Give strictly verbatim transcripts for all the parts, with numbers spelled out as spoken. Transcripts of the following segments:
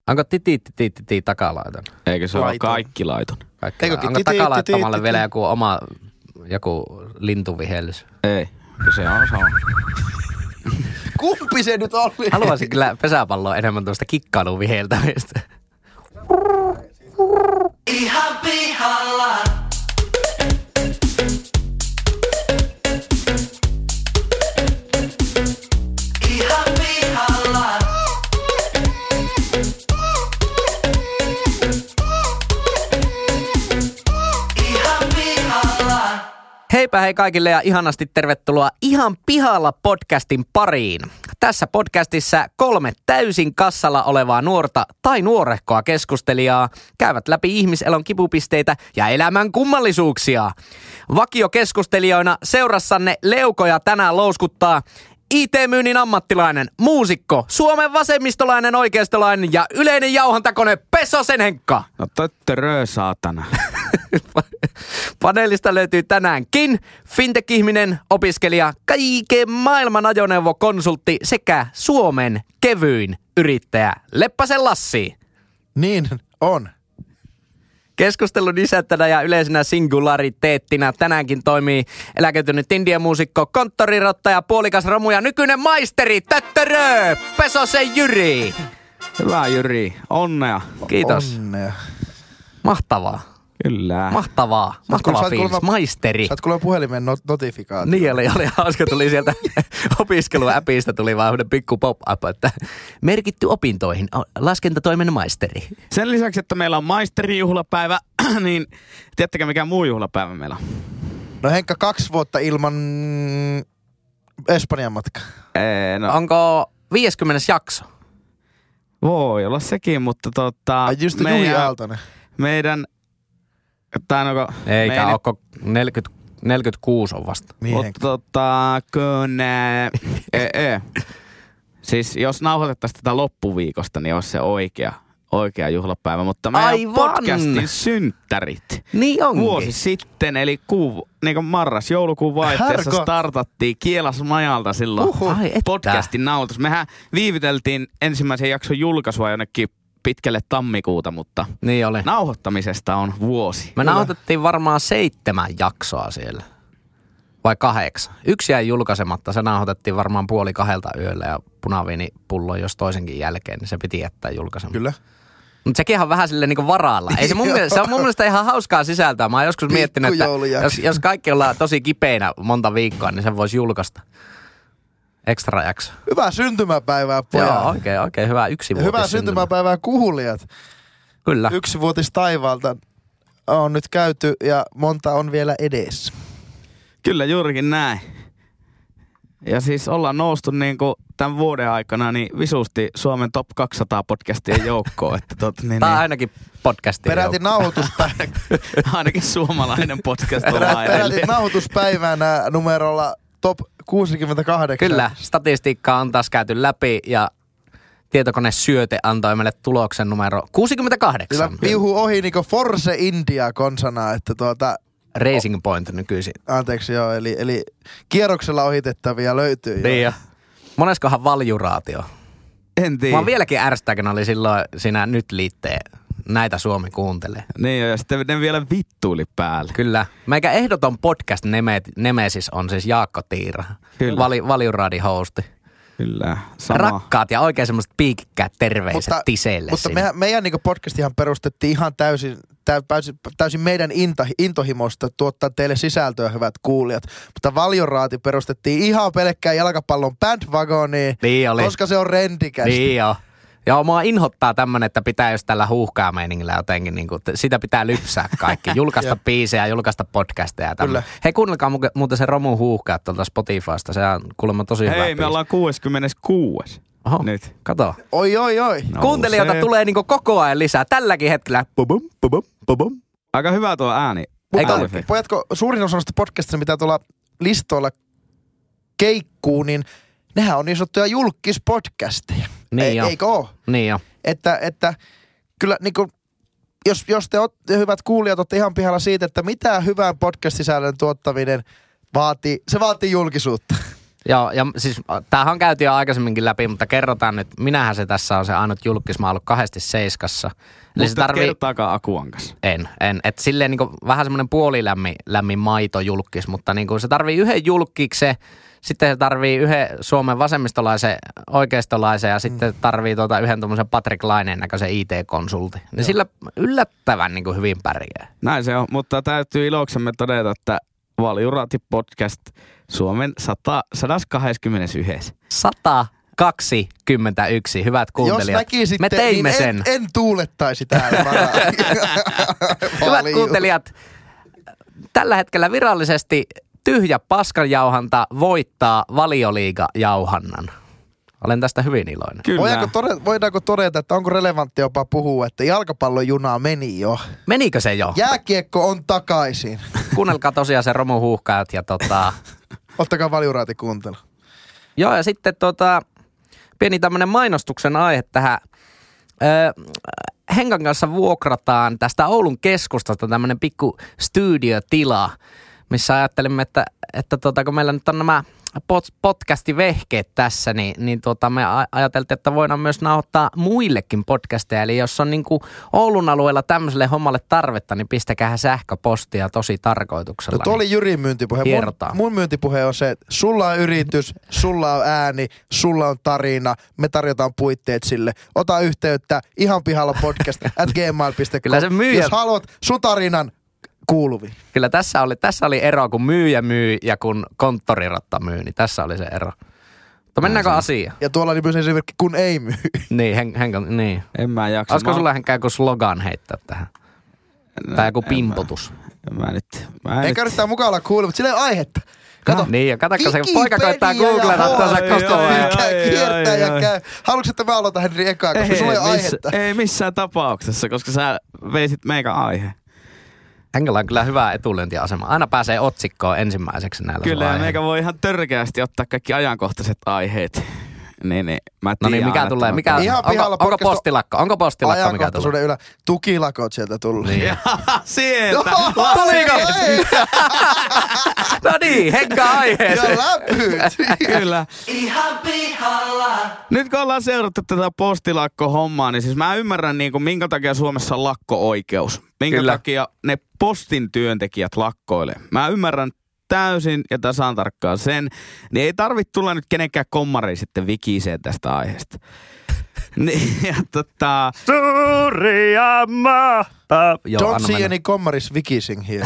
Onko titi titi titi takalaiton? Eikö se ole kaikki laiton? Kaikki Eikö onko takalaittomalle vielä joku oma, joku lintuvihellys? Ei, se on sama. Kumpi se nyt oli? Haluaisin kyllä pesäpalloa enemmän tuosta kikkailun viheltämistä. Ihan pihalla. Ihan pihalla. Ihan pihalla. Heipä hei kaikille ja ihanasti tervetuloa Ihan pihalla podcastin pariin. Tässä podcastissa kolme täysin kassalla olevaa nuorta tai nuorehkoa keskustelijaa käyvät läpi ihmiselon kipupisteitä ja elämän kummallisuuksia. Vakiokeskustelijoina seurassanne leukoja tänään louskuttaa I T-myynnin ammattilainen, muusikko, Suomen vasemmistolainen oikeistolainen ja yleinen jauhantakone Pesosen Henkka. No töttörö saatana. Paneelista löytyy tänäänkin fintech-ihminen, opiskelija, kaiken maailman ajoneuvokonsultti sekä Suomen kevyin yrittäjä Leppäsen Lassi. Niin on. Keskustelun isättänä ja yleisenä singulariteettina tänäänkin toimii eläköitynyt indiamuusikko, konttorirottaja, puolikas romu ja nykyinen maisteri, töttörö, Pesosen Jyri. Hyvä Jyri, onnea. Kiitos. Onnea. Mahtavaa. Kyllä. Mahtavaa. Mahtavaa fiilis. Kuulemma, maisteri. sä oot kuulemma puhelimen not- notifikaatio. Niin oli, oli hauska. Tuli sieltä opiskeluäpistä tuli vaan yhden pikku pop-up, että merkitty opintoihin, laskentatoimen maisteri. Sen lisäksi, että meillä on maisterijuhlapäivä, niin tiedättekö mikä muu juhlapäivä meillä on? No Henkka, kaksi vuotta ilman Espanjan matka. Ee, no, Onko viideskymmenes jakso? voi olla sekin, mutta tota... Ai just Juhi Aaltonen. Meidän... Tai onko... Eikä meidän, onko neljäkymmentä, neljäkymmentäkuusi on vasta. Niin, mutta Henkka. tota... Kun... Ää, ee, ee. Siis jos nauhoitettaisiin tätä loppuviikosta, niin olisi se oikea, oikea juhlapäivä. Mutta meidän Aivan. podcastin synttärit. Niin onkin. Vuosi sitten, eli kuu, niin kuin marras, joulukuun vaihteessa Härko. startattiin Kielasmajalta silloin Uhuh. Ai että. podcastin nauhoitus. Mehän viivyteltiin ensimmäisen jakson julkaisua jonnekin pitkälle tammikuuta, mutta Niin oli. nauhoittamisesta on vuosi. Me nauhoitettiin varmaan seitsemän jaksoa siellä. Vai kahdeksan. Yksi jäi julkaisematta. Se nauhoitettiin varmaan puoli kahdelta yöllä ja punaviinipullo jos toisenkin jälkeen, niin se piti jättää julkaisematta. Kyllä. Mutta sekin on vähän silleen niinku varalla. Ei se, mun mielestä, se on mun mielestä ihan hauskaa sisältöä. Mä oon joskus miettinyt, että jos, jos kaikki ollaan tosi kipeinä monta viikkoa, niin sen voisi julkaista. Extra jakso. Hyvää syntymäpäivää, pojat. Joo, oikein, oikein hyvä yksivuotis. Hyvää syntymäpäivää kuulijat. Kyllä. Yksivuotis taivaalta on nyt käyty ja monta on vielä edessä. Kyllä juurikin näin. Ja siis ollaan noustu niin kuin tämän vuoden aikana niin visusti Suomen top kaksisataa podcastien joukkoon. Että tot, niin, Tämä on niin, ainakin podcastin Peräti joukko. nauhoituspäivänä, ainakin suomalainen podcast on peräti, vaan peräti edelleen. nauhoituspäivänä numerolla top kuusikymmentäkahdeksan. Kyllä, statistiikkaa on taas käyty läpi ja tietokone syöte antoi meille tuloksen numero kuusikymmentäkahdeksan. Kyllä viuhuu ohi niinku Force India konsana, että tuota, Racing Point nykyisin. anteeksi joo, eli, eli kierroksella ohitettavia löytyy. Niin jo. Moneskohan valjuraatio? En tiedä. Mä oon vieläkin ärsytää, kun oli silloin siinä nyt liitteen. Näitä Suomi kuuntelee. Niin ja sitten ne vielä vittuili päälle. Kyllä. Meikä ehdoton podcast nemesis on siis Jaakko Tiira. Kyllä. Vali, valjuraadin hosti. Kyllä, sama. Rakkaat ja oikein semmoiset piikikkäät terveiset Mutta- tiseille Mutta sinne. meidän, meidän niinku podcastihan perustettiin ihan täysin, täysin, täysin meidän into, intohimosta tuottaa teille sisältöä, hyvät kuulijat. Mutta Valjoraati perustettiin ihan pelkkään jalkapallon bandwagoniin, Niin oli. koska se on rendikästä. Niin joo. Joo, mua inhottaa tämmönen, että pitää just tällä huuhkaa meiningillä jotenkin, niin kuin, sitä pitää lypsää kaikki. Julkaista biisejä, julkaista podcasteja. Kyllä. Hei, kuunnelkaa muke- muuten se Romu huuhkaa tuolta Spotifysta. Se on kuulemma tosi hyvä Hei, me biisi. ollaan kuusikymmentäkuusi Oho, nyt. kato. Oi, oi, oi. No, Kuuntelijoita se- tulee niinku koko ajan lisää. Tälläkin hetkellä. Pubum, pubum, pubum. Aika hyvä tuo ääni. Eikö Mutta ole? pojatko, suurin osa noista podcastista, mitä tuolla listoilla keikkuu, niin nehän on niin sanottuja julkispodcasteja. Niin Ei, jo. eikö oo? Niin jo. Että, että kyllä niinku, jos, jos te olette, hyvät kuulijat, olette ihan pihalla siitä, että mitä hyvän podcast-sisällön tuottaminen vaatii, se vaatii julkisuutta. Joo, ja siis tämähän on käyty jo aikaisemminkin läpi, mutta kerrotaan nyt, minähän se tässä on se ainut julkis, mä oon ollut kahdesti Seiskassa. Eli Mutta se tarvii... kertaakaan Akuankas. En, en. Että silleen niin vähän semmoinen puolilämmin lämmin maitojulkis, mutta niin se tarvii yhden julkiksen, sitten se tarvii yhden Suomen vasemmistolaisen, oikeistolaisen ja sitten tarvii tuota yhden tuommoisen Patrick Laineen näköisen I T-konsultin. Niin sillä yllättävän niin hyvin pärjää. Näin se on, mutta täytyy iloksemme todeta, että Valiuraati podcast Suomen sata, sata kaksikymmentäyksi. sata kaksikymmentäyksi, hyvät kuuntelijat. Jos näkisitte, me teimme niin sen. En, en tuulettaisi täällä. Hyvät kuuntelijat, tällä hetkellä virallisesti tyhjä paskanjauhanta voittaa Valioliiga-jauhannan. Olen tästä hyvin iloinen. Kyllä. Voidaanko todeta, voidaanko todeta, että onko relevantti jopa puhua, että jalkapallojuna meni jo? Menikö se jo? Jääkiekko on takaisin. Kuunnelkaa tosiaan se romuhuuhkajat ja tota... Ottakaa Valiuraati kuuntelu. Joo, ja sitten tota, pieni tämmönen mainostuksen aihe tähän. Öö, Henkan kanssa vuokrataan tästä Oulun keskustasta tämmönen pikku studiotila, missä ajattelimme, että, että tota, kun meillä nyt on nämä podcastivehkeet tässä, niin, niin tota, me ajateltiin, että voidaan myös nauhoittaa muillekin podcasteja. Eli jos on niin kuin Oulun alueella tämmöiselle hommalle tarvetta, niin pistäkää sähköpostia tosi tarkoituksella. No tuo oli Jyrin myyntipuhe. Mun, mun myyntipuhe on se, että sulla on yritys, sulla on ääni, sulla on tarina, me tarjotaan puitteet sille. Ota yhteyttä ihan pihalla podcast at gmail piste com. Kyllä se myyjä... Jos haluat sun tarinan kuuluviin. Kyllä tässä oli, tässä oli ero, kun myyjä myy ja kun konttorirotta myy, niin tässä oli se ero. Mutta mennäänkö asiaan? Ja tuolla oli myös esimerkki, kun ei myy. Niin, hen, hen, niin. En mä jaksa. Olisiko mä... sulla henkään joku slogan heittää tähän? No, tai joku pimputus? Mä, mä nyt... Mä Eikä nyt... yrittää mukaan olla kuullut, mutta sillä ei ole aihetta. Kato. Niin, ja katsokko se Wikipedia poika koittaa googlata ja tuossa H- koko ajan. Käy, kiertää ja käy. Haluatko, että mä aloitan Henri ekaa, koska sulla ei ole miss, aihetta? ei missään tapauksessa, koska sä veisit meikän aihe. Henkilöllä on kyllä hyvä etulyöntiasema. Aina pääsee otsikkoon ensimmäiseksi näillä Kyllä, ja aiheilla. meikä voi ihan törkeästi ottaa kaikki ajankohtaiset aiheet. Niin, niin. Mä No niin, mikä tulee? Mikä, Ihan pihalla onko, onko podcast on- postilakko? Onko postilakko mikä tulee? Ajankohtaisuuden ylä. Tukilakot sieltä tullut. Niin. Sieltä! Tuliko? Ei, No niin, Henka aiheeseen. ja läpyt. Kyllä. Ihan pihalla. Nyt kun ollaan seurattu tätä postilakko-hommaa, niin siis mä ymmärrän niin kuin, minkä takia Suomessa on lakko-oikeus. Minkä Kyllä. takia ne postin työntekijät lakkoilee. Mä ymmärrän täysin ja tasan tarkkaan sen, niin ei tarvitse tulla nyt kenenkään kommariin sitten vikiseen tästä aiheesta. Niin, ja tota... Suuri ja mahtava. Joo, Don't anna see mennä. any commaris vikising here.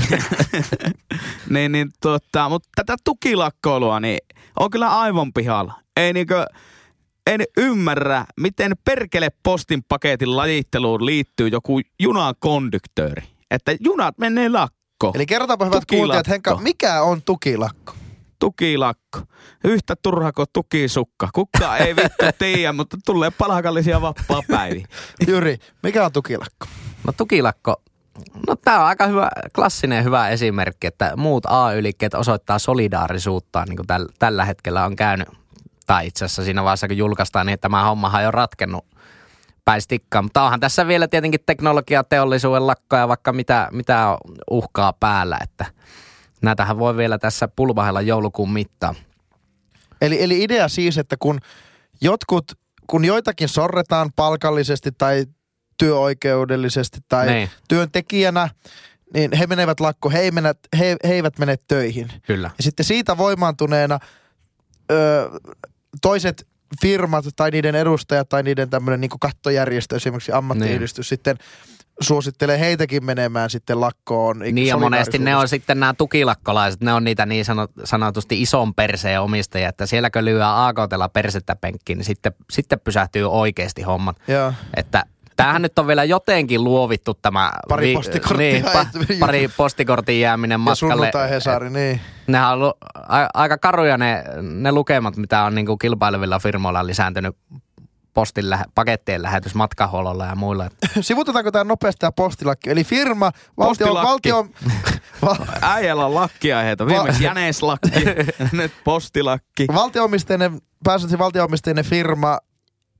niin, niin tota, mutta tätä tukilakkoilua, niin on kyllä aivan pihalla. Ei niinkö... En ymmärrä, miten perkele postin paketin lajitteluun liittyy joku junan konduktööri. Että junat menee lakko. Eli kerrotaanpa hyvät Tukilakko. kuuntelijat, Henka, mikä on tukilakko? Tukilakko. Yhtä turha kuin tukisukka. Kukaan ei vittu tiedä, mutta tulee palkallisia vapaapäiviä. Jyri, mikä on tukilakko? No tukilakko. No tää on aika hyvä, klassinen hyvä esimerkki, että muut A Y-liikkeet osoittaa solidaarisuuttaan, niin kuin täl, tällä hetkellä on käynyt. Tai itse asiassa siinä vaiheessa, kun julkaistaan, niin tämä hommahan on jo ratkennut päistikkaan. Mutta onhan tässä vielä tietenkin teknologiateollisuuden lakkoja, vaikka mitä, mitä uhkaa päällä, että näitähän voi vielä tässä pulvahella joulukuun mittaan. Eli, eli idea siis, että kun jotkut, kun joitakin sorretaan palkallisesti tai työoikeudellisesti tai Niin. työntekijänä, niin he menevät lakko, he, ei mene, he, he eivät mene töihin. Kyllä. Ja sitten siitä voimaantuneena ö, toiset firmat tai niiden edustajat tai niiden tämmöinen niin kuin kattojärjestö, esimerkiksi ammattiyhdistys, niin. sitten suosittelee heitäkin menemään sitten lakkoon. Niin ja monesti ne on sitten nämä tukilakkolaiset, ne on niitä niin sanotusti ison perseen omistajia, että sielläkö lyö A K T:lla persettä penkkiin, niin sitten, sitten pysähtyy oikeasti hommat. Joo. Että tämähän nyt on vielä jotenkin luovittu tämä... Pari vi- postikorttia. Niin, pa, pari postikortin jääminen Ja matkalle. sunnuntai Hesari, niin. Nehän on ollut a, aika karuja ne, ne lukemat, mitä on niinku kilpailevilla firmoilla lisääntynyt postin lähe, pakettien lähetys matkahuollolla ja muilla. Sivutetaanko tämä nopeasti tämä postilakki? Eli firma, valtio... Postilakki. valtio val, Äijällä on lakkiaiheita. Viimeksi jäneslakki, nyt postilakki. valtio-omisteinen, pääsääntöisesti valtio-omisteinen firma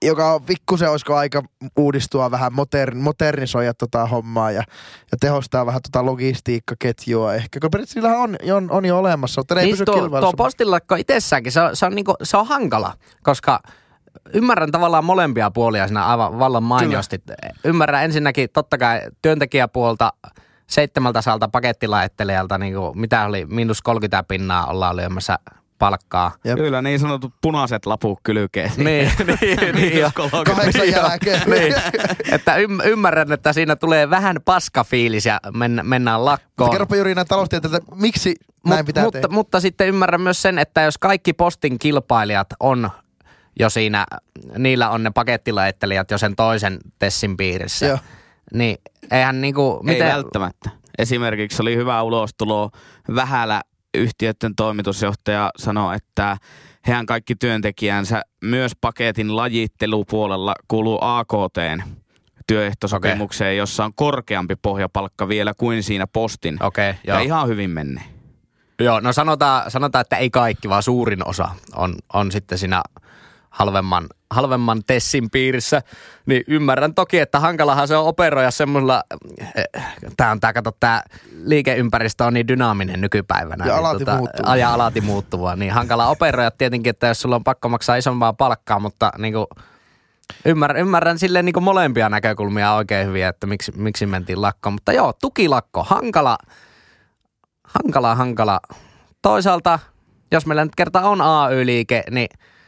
joka pikkusen olisiko aika uudistua vähän, modern, modernisoida tota hommaa ja, ja tehostaa vähän tota logistiikkaketjua ehkä. Kun periaatteessa niillähän on, on, on jo olemassa, mutta ne ei niin pysy tuo, kilpailussa. tuo postilakko itsessäänkin, se on, se, on niinku, se on hankala, koska ymmärrän tavallaan molempia puolia siinä aivan vallan mainiosti. Kyllä. Ymmärrän ensinnäkin totta kai työntekijäpuolta seitsemältä saalta pakettilaittelijalta, niin kuin, mitä oli, miinus kolmekymmentä pinnaa ollaan lyömässä palkkaa. Jep. Kyllä, niin sanotut punaiset laput kylkeen. Niin, niin, niin jo. Kahdeksan jälkeen. Niin, että ymmärrän, että siinä tulee vähän paskafiilis ja men, mennään lakkoon. Kerropa juuri näin taloustieteeltä, miksi näin Mut, pitää mutta, tehdä. mutta sitten ymmärrän myös sen, että jos kaikki postin kilpailijat on jo siinä, niillä on ne pakettilaittelijat jo sen toisen tessin piirissä, Joo. niin eihän niinku... Miten... Ei välttämättä. Esimerkiksi oli hyvä ulostulo Vähälä yhtiöiden toimitusjohtaja sanoi, että heidän kaikki työntekijänsä myös paketin lajittelupuolella kuuluu A K T:n työehtosopimukseen, okay. jossa on korkeampi pohjapalkka vielä kuin siinä postin. Okay, ja ihan hyvin menee. Joo, no sanotaan, sanotaan, että ei kaikki, vaan suurin osa on, on sitten siinä halvemman, halvemman tessin piirissä, niin ymmärrän toki, että hankalahan se on operoida semmoisella, tää on tää, kato, tää liikeympäristö on niin dynaaminen nykypäivänä. Ja niin alati tota, muuttuva. Ja alati muuttuva, niin hankala operoida tietenkin, että jos sulla on pakko maksaa isompaa palkkaa, mutta niinku ymmärrän, ymmärrän silleen niinku molempia näkökulmia oikein hyvin, että miksi, miksi mentiin lakkoon. Mutta joo, tukilakko, hankala, hankala, hankala. Toisaalta, jos meillä nyt kerta on A Y-liike, niin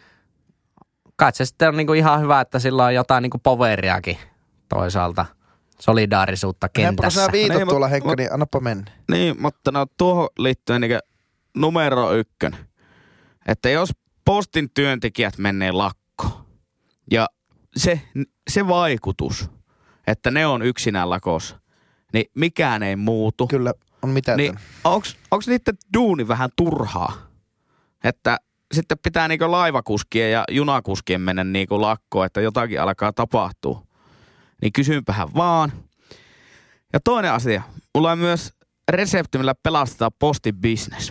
kai se sitten on niinku ihan hyvä, että sillä on jotain niinku poveriakin toisaalta, solidaarisuutta kentässä. Hepä, kun sä viitot niin, tuolla, mut, Henkka, mut, niin annapa mennä. Niin, mutta no tuohon liittyen niin numero ykkönen. Että jos postin työntekijät menee lakkoon ja se, se vaikutus, että ne on yksinään lakossa, niin mikään ei muutu. Kyllä, on mitään. Niin onks, onks niiden duuni vähän turhaa? Että sitten pitää niinku laivakuskien ja junakuskien mennä niinku lakkoon, että jotakin alkaa tapahtua. Niin kysynpähän vaan. Ja toinen asia. Mulla on myös resepti, millä pelastetaan postin business.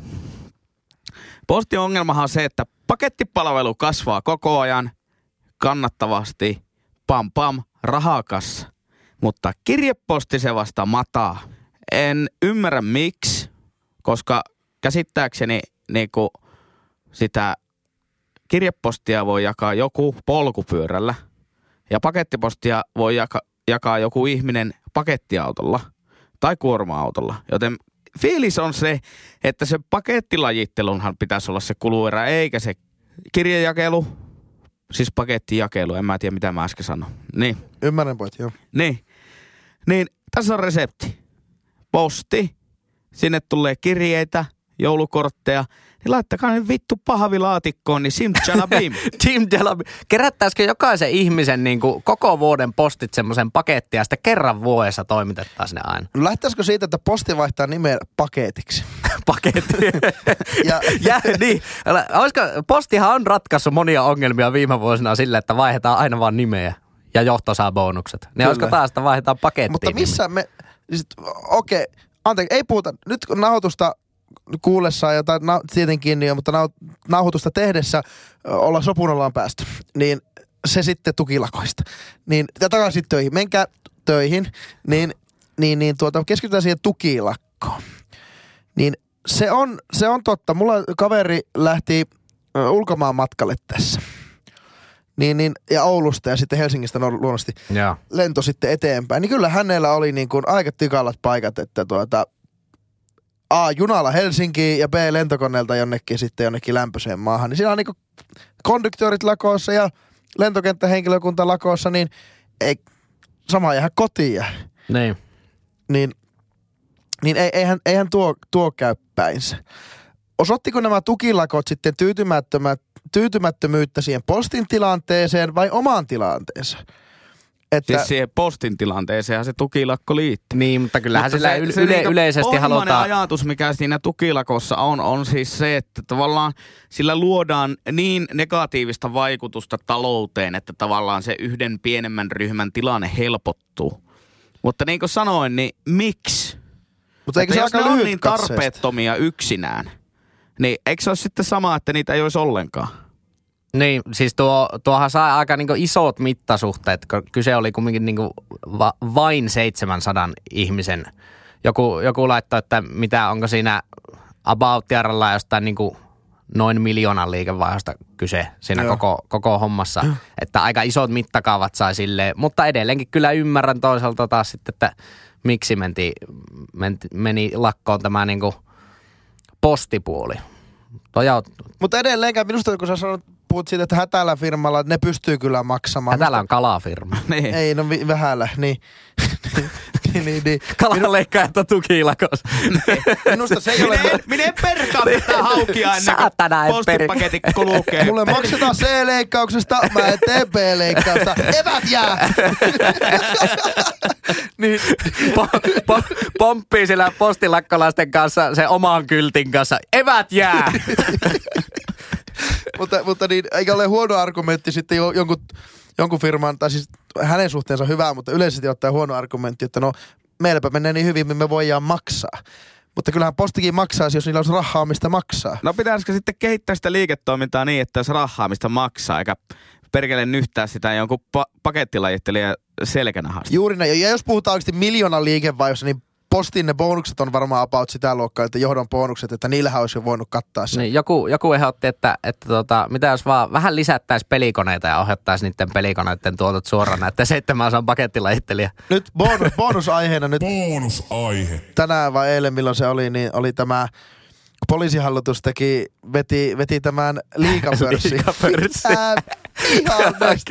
Postin ongelmahan on se, että pakettipalvelu kasvaa koko ajan kannattavasti. Pam pam, rahakassa. Mutta kirjeposti se vasta mataa. En ymmärrä miksi, koska käsittääkseni niinku sitä kirjepostia voi jakaa joku polkupyörällä ja pakettipostia voi jaka, jakaa joku ihminen pakettiautolla tai kuorma-autolla. Joten fiilis on se, että se pakettilajittelunhan pitäisi olla se kuluerä, eikä se kirjejakelu, siis pakettijakelu, en mä tiedä mitä mä äsken sanoin. Niin. Ymmärrän poit, joo. Niin. Niin, tässä on resepti. Posti, sinne tulee kirjeitä, joulukortteja, niin laittakaa ne vittu pahvilaatikkoon, niin simchalabim. Simchalabim. Kerättäisikö jokaisen ihmisen niin kuin koko vuoden postit semmoisen pakettia ja sitten kerran vuodessa toimitettaisiin ne aina? No lähtäisikö siitä, että posti vaihtaa nimeä paketiksi? Paketti. ja, ja niin. Olisiko, postihan on ratkaissut monia ongelmia viime vuosina sillä, että vaihdetaan aina vaan nimeä ja johto saa bonukset. Niin Kyllä. olisiko taas, että vaihdetaan pakettiin? Mutta missä me, siis, okei, okay, anteeksi, ei puhuta, nyt kun nauhoitusta kuullessaan jotain, na, tietenkin, niin, mutta nau, nauhoitusta tehdessä olla sopun ollaan päästy, niin se sitten tukilakoista. Niin, ja takaisin töihin, menkää töihin, niin, niin, niin tuota, keskitytään siihen tukilakkoon. Niin se on, se on totta, mulla kaveri lähti ulkomaan matkalle tässä. Niin, niin, ja Oulusta ja sitten Helsingistä luonnollisesti ja lento sitten eteenpäin. Niin kyllä hänellä oli niin kuin aika tykallat paikat, että tuota, A, junalla Helsinkiin ja B, lentokoneelta jonnekin sitten jonnekin lämpöiseen maahan. Niin siinä on niin kuin konduktorit lakossa ja lentokenttähenkilökunta lakossa, niin ei, sama jäähän kotiin. Niin. Niin, niin ei, eihän, eihän tuo, tuo käy päinsä. Osoittiko nämä tukilakot sitten tyytymättömät, tyytymättömyyttä siihen postin tilanteeseen vai omaan tilanteeseen? Että Siis siihen postin tilanteeseenhan se tukilakko liittyy. Niin, mutta kyllähän mutta sillä se, yle- se niinku yleisesti halutaan. ajatus, mikä siinä tukilakossa on, on siis se, että tavallaan sillä luodaan niin negatiivista vaikutusta talouteen, että tavallaan se yhden pienemmän ryhmän tilanne helpottuu. Mutta niin kuin sanoin, niin miksi? Mutta eikö se jos aika ne on lyhyt niin katseesta? tarpeettomia yksinään, niin eikö se ole sitten sama, että niitä ei olisi ollenkaan? Niin, siis tuo, tuohan sai aika niinku isot mittasuhteet, kun kyse oli kumminkin niinku va, vain seitsemänsadan ihmisen. Joku, joku laittoi, että mitä onko siinä about jarralla jostain niinku noin miljoonan liikevaihdosta kyse siinä koko, koko hommassa. Joo. Että aika isot mittakaavat sai silleen, mutta edelleenkin kyllä ymmärrän toisaalta taas sitten, että miksi menti, menti, meni lakkoon tämä niinku postipuoli. Toja, mutta edelleenkään minusta, kun sä sanot, puhut siitä, että Hätälä firmalla, ne pystyy kyllä maksamaan. Hätälä on kalafirma. niin. Ei, no vi- vähällä, niin. niin, niin, niin. Kalanleikkaajat on tukilakos. Minusta se ei ole... Minä en, minä en perkaa tätä haukia ennen kuin postipaketti kulkee. Mulle maksetaan C-leikkauksesta, mä en tee B-leikkausta. Evät jää! niin. Po- po- pomppii sillä postilakkolaisten kanssa se oman kyltin kanssa. Evät jää! mutta, mutta niin, eikä ole huono argumentti sitten jonkun, jonkun firman, tai siis hänen suhteensa hyvää, mutta yleisesti ottaen huono argumentti, että no meilläpä menee niin hyvin, me voidaan maksaa. Mutta kyllähän postikin maksaisi, jos niillä olisi rahaa, mistä maksaa. No pitäisikö sitten kehittää sitä liiketoimintaa niin, että olisi rahaa, mistä maksaa, eikä perkele nyhtää sitä jonkun pa- pakettilajittelija selkänahasta. Juuri näin. Ja jos puhutaan oikeasti miljoonan liikevaihdossa, niin postin ne bonukset on varmaan about sitä luokkaa, että johdon bonukset, että niillähän olisi jo voinut kattaa sen. Niin, joku, joku ehdotti, että, että tota, mitä jos vaan vähän lisättäisiin pelikoneita ja ohjattaisiin niiden pelikoneiden tuotot suoraan näiden seitsemän pakettilajittelija. Nyt bonus, bonusaiheena nyt. Bonusaihe. Tänään vai eilen, milloin se oli, niin oli tämä poliisihallitus teki, veti, veti tämän liigapörssin. Liigapörssin. Ihan,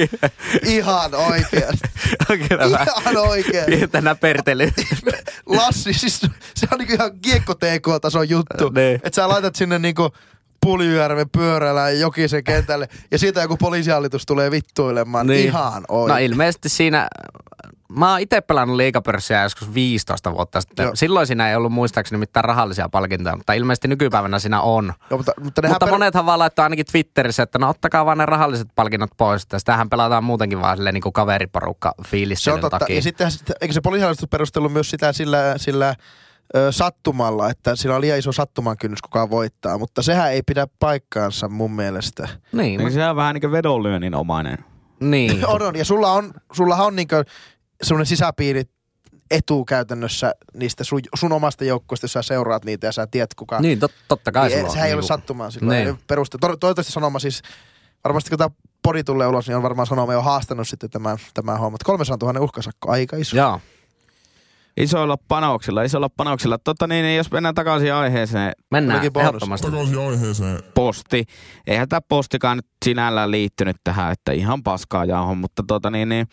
ihan oikeasti. Ihan oikeasti. Pientä pertely. Lassi, siis se on niinku ihan kiekko-T K-tason juttu. Niin. Että sä laitat sinne niinku Puljujärven pyörällä Jokisen kentälle ja siitä joku poliisihallitus tulee vittuilemaan. Niin. Ihan oikein. No ilmeisesti siinä, mä oon itse pelannut liigapörssiä joskus viisitoista vuotta sitten. Joo. Silloin siinä ei ollut muistaakseni mitään rahallisia palkintoja, mutta ilmeisesti nykypäivänä siinä on. Joo, mutta mutta, mutta per... monethan vaan laittoi ainakin Twitterissä, että no ottakaa vaan ne rahalliset palkinnot pois. Että sitähän pelataan muutenkin vaan silleen niin kuin kaveriporukka fiilistelyn takia. Se on totta. Ja sitten eikö se poliisihallitus perustellut myös sitä sillä... sillä Ö, sattumalla, että siinä on liian iso sattuman kynnys, kukaan voittaa, mutta sehän ei pidä paikkaansa mun mielestä. Niin. niin se on vähän niin kuin vedonlyönnin omainen. Niin. on, on, ja sulla on, sullahan on niin kuin semmoinen sisäpiiri etu käytännössä niistä sun, sun omasta joukkueesta, jos sä seuraat niitä ja sä tiedät kuka. Niin, tot, totta kai niin, sulla sehän on. ei Niin ole sattumaan sillä niin. peruste. To, toivottavasti sanoma siis, varmasti kun tämä podi tulee ulos, niin on varmaan sanoma jo haastanut sitten tämän, tämän homman. kolmesataatuhatta uhkasakko, aika iso. Joo. Isoilla panoksilla, isoilla panoksilla. Totta niin, niin jos mennään takaisin aiheeseen. Mennään ehdottomasti. Takaisin aiheeseen. Posti. Eihän tämä postikaan nyt sinällään liittynyt tähän, että ihan paskaa jauho, mutta tota niin, niin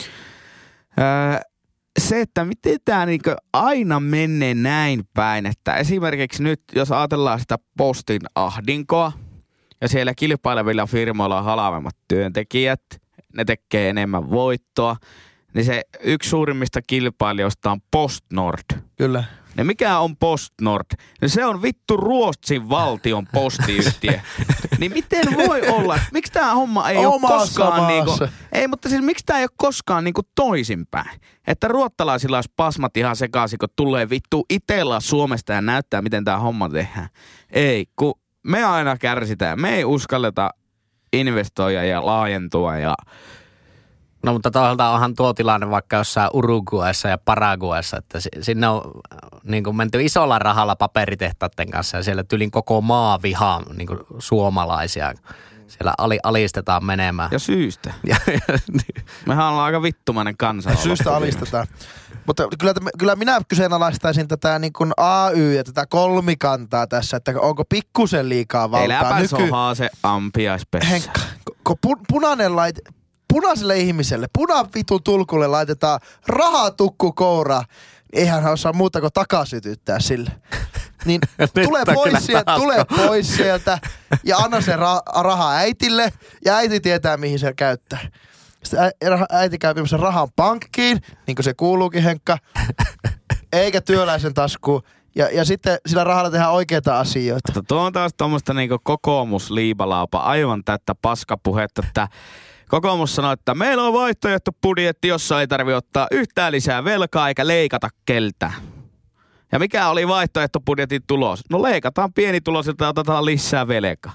öö, se, että miten tämä niinku aina menee näin päin, että esimerkiksi nyt, jos ajatellaan sitä postin ahdinkoa, ja siellä kilpailevilla firmoilla on halvemmat työntekijät, ne tekee enemmän voittoa, niin se yksi suurimmista kilpailijoista on PostNord. Kyllä. Ja mikä on PostNord? No se on vittu Ruotsin valtion postiyhtiö. Niin miten voi olla? Miksi tää homma ei ole koskaan niinku... Ei, mutta siis miksi tää ei ole koskaan niinku toisinpäin? Että ruottalaisilla olisi pasmat ihan sekaisin, kun tulee vittu itellä Suomesta ja näyttää, miten tää homma tehdään. Ei, kun me aina kärsitään. Me ei uskalleta investoida ja laajentua ja... No mutta toisaalta onhan tuo tilanne vaikka jossain Uruguayssa ja Paraguayssa, että sinne on niin kuin menty isolla rahalla paperitehtaiden kanssa ja siellä tylin koko maa vihaa niin kuin suomalaisia. Siellä ali, alistetaan menemään. Ja syystä. Ja, ja, niin. Mehän ollaan aika vittumainen kansa. Syystä alistetaan. Mutta kyllä, kyllä minä kyseenalaistaisin tätä niin kuin A Y ja tätä kolmikantaa tässä, että onko pikkusen liikaa valtaa. Ei läpä sohaa se ampiaispessä. Henkka, kun pu- punainen lait... Punaiselle ihmiselle, punavitun tulkulle laitetaan rahatukku koura, eihän hän osaa muuta kuin takasytyttää sille. Niin tule pois, sieltä, tule pois sieltä ja anna se ra- raha äitille ja äiti tietää mihin se käyttää. Sitten äiti käy viimeisen rahan pankkiin, niin kuin se kuuluukin Henkka, eikä työläisen taskuun. Ja, ja sitten sillä rahalla tehdään oikeita asioita. Tuo on taas tuommoista niinku kokoomusliibalaupa, aivan tätä paskapuhetta, että kokoomus sanoi, että meillä on vaihtoehtobudjetti, jossa ei tarvitse ottaa yhtään lisää velkaa eikä leikata keltään. Ja mikä oli vaihtoehtobudjetin tulos? No leikataan pienituloisilta ja otetaan lisää velkaa.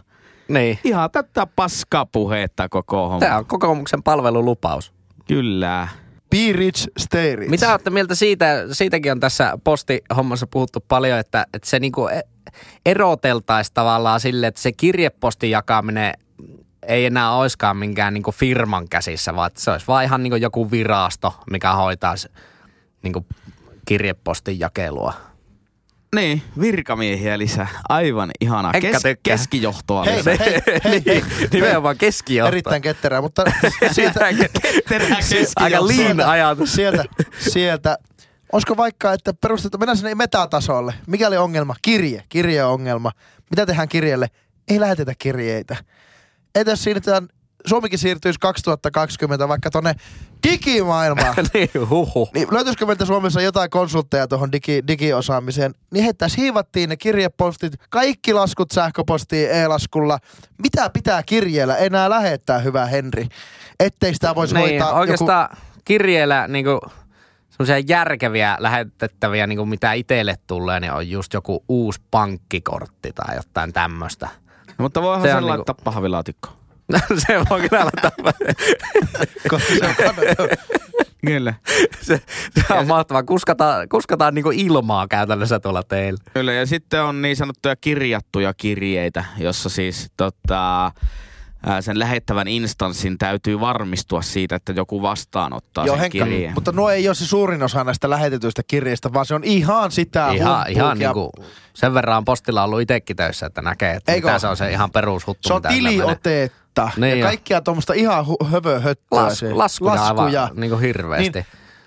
Niin. Ihan tätä paskaa puhetta koko homma. Tämä on kokoomuksen palvelulupaus. Kyllä. Be rich, stay rich. Mitä olette mieltä siitä, siitäkin on tässä postihommassa puhuttu paljon, että, että se niinku eroteltaisi tavallaan sille, että se kirjepostin jakaminen ei enää olisikaan minkään niinku firman käsissä, vaan että se olisi vaan ihan niinku joku virasto, mikä hoitaisi niinku kirjepostin jakelua. Niin, virkamiehiä lisää. Aivan ihanaa. Enkä tykkää. Keskijohtoa Hei, lisää. hei, hei, hei. Nimenomaan keskijohto. Erittäin ketterää, mutta sieltä, Aika lean ajatus. sieltä, sieltä. Olisiko vaikka, että perustetaan, mennään sinne metatasolle. Mikä oli ongelma? Kirje. Kirje on ongelma. Mitä tehdään kirjeelle? Ei lähetetä kirjeitä. Entäs siirrytään, Suomikin siirtyisi kaksituhattakaksikymmentä vaikka tonne digimaailmaan. niin, huhu. Niin löytyisikö meiltä Suomessa jotain konsultteja tuohon digi, digiosaamiseen? Niin heittäis hiivattiin ne kirjepostit, kaikki laskut sähköpostiin e-laskulla. Mitä pitää kirjeellä enää lähettää, hyvä Henri? Ettei sitä voisi niin, hoitaa oikeastaan joku... kirjeellä niinku semmoisia järkeviä lähetettäviä, niinku mitä itselle tulee, niin on just joku uusi pankkikortti tai jotain tämmöistä. No, mutta voihan se sen niinku... laittaa pahvilaatikkoon. Se voi kyllä laittaa. Koska se on kannattava. Kyllä. Se, se on mahtavaa. Kuskataan, kuskataan niinku ilmaa käytännössä tuolla teillä. Kyllä, ja sitten on niin sanottuja kirjattuja kirjeitä, jossa siis tota, sen lähettävän instanssin täytyy varmistua siitä, että joku vastaanottaa Joo, sen Henkka, kirjeen. mutta nuo ei ole se suurin osa näistä lähetetyistä kirjeistä, vaan se on ihan sitä Ihan, ihan ja... niinku, sen verran on postilla ollut itsekin töissä, että näkee, että Eikö? mitä se on se ihan perushuttu. Se on mitä sillä menee. tiliotetta Niin ja jo. kaikkia tuommoista ihan hu- hövöhöttöä. Las, se. laskuja, laskuja. aivan niinku hirveästi.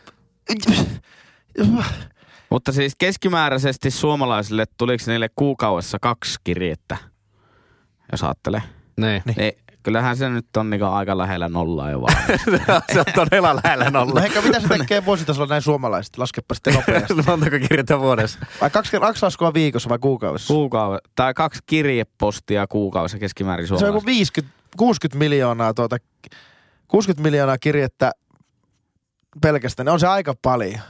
Niin. Mutta siis keskimääräisesti suomalaisille tuliko niille kuukaudessa kaksi kirjettä, jos ajattelee. Niin. Niin, kyllähän se nyt on niinku aika lähellä nollaa jo vaan. Se on todella lähellä nolla. No Henkka, mitä se tekee vuositasolla näin suomalaiset? Laskepa sitten nopeasti. Montako kirjettä vuodessa? Vai kaksi, kaksi laskua viikossa vai kuukaudessa? Kuukausi, tai kaksi kirjepostia kuukaudessa keskimäärin Se on suomalaisille. joku viisikymmentä, kuusikymmentä miljoonaa tuota, kuusikymmentä miljoonaa kirjettä pelkästään. On se aika paljon.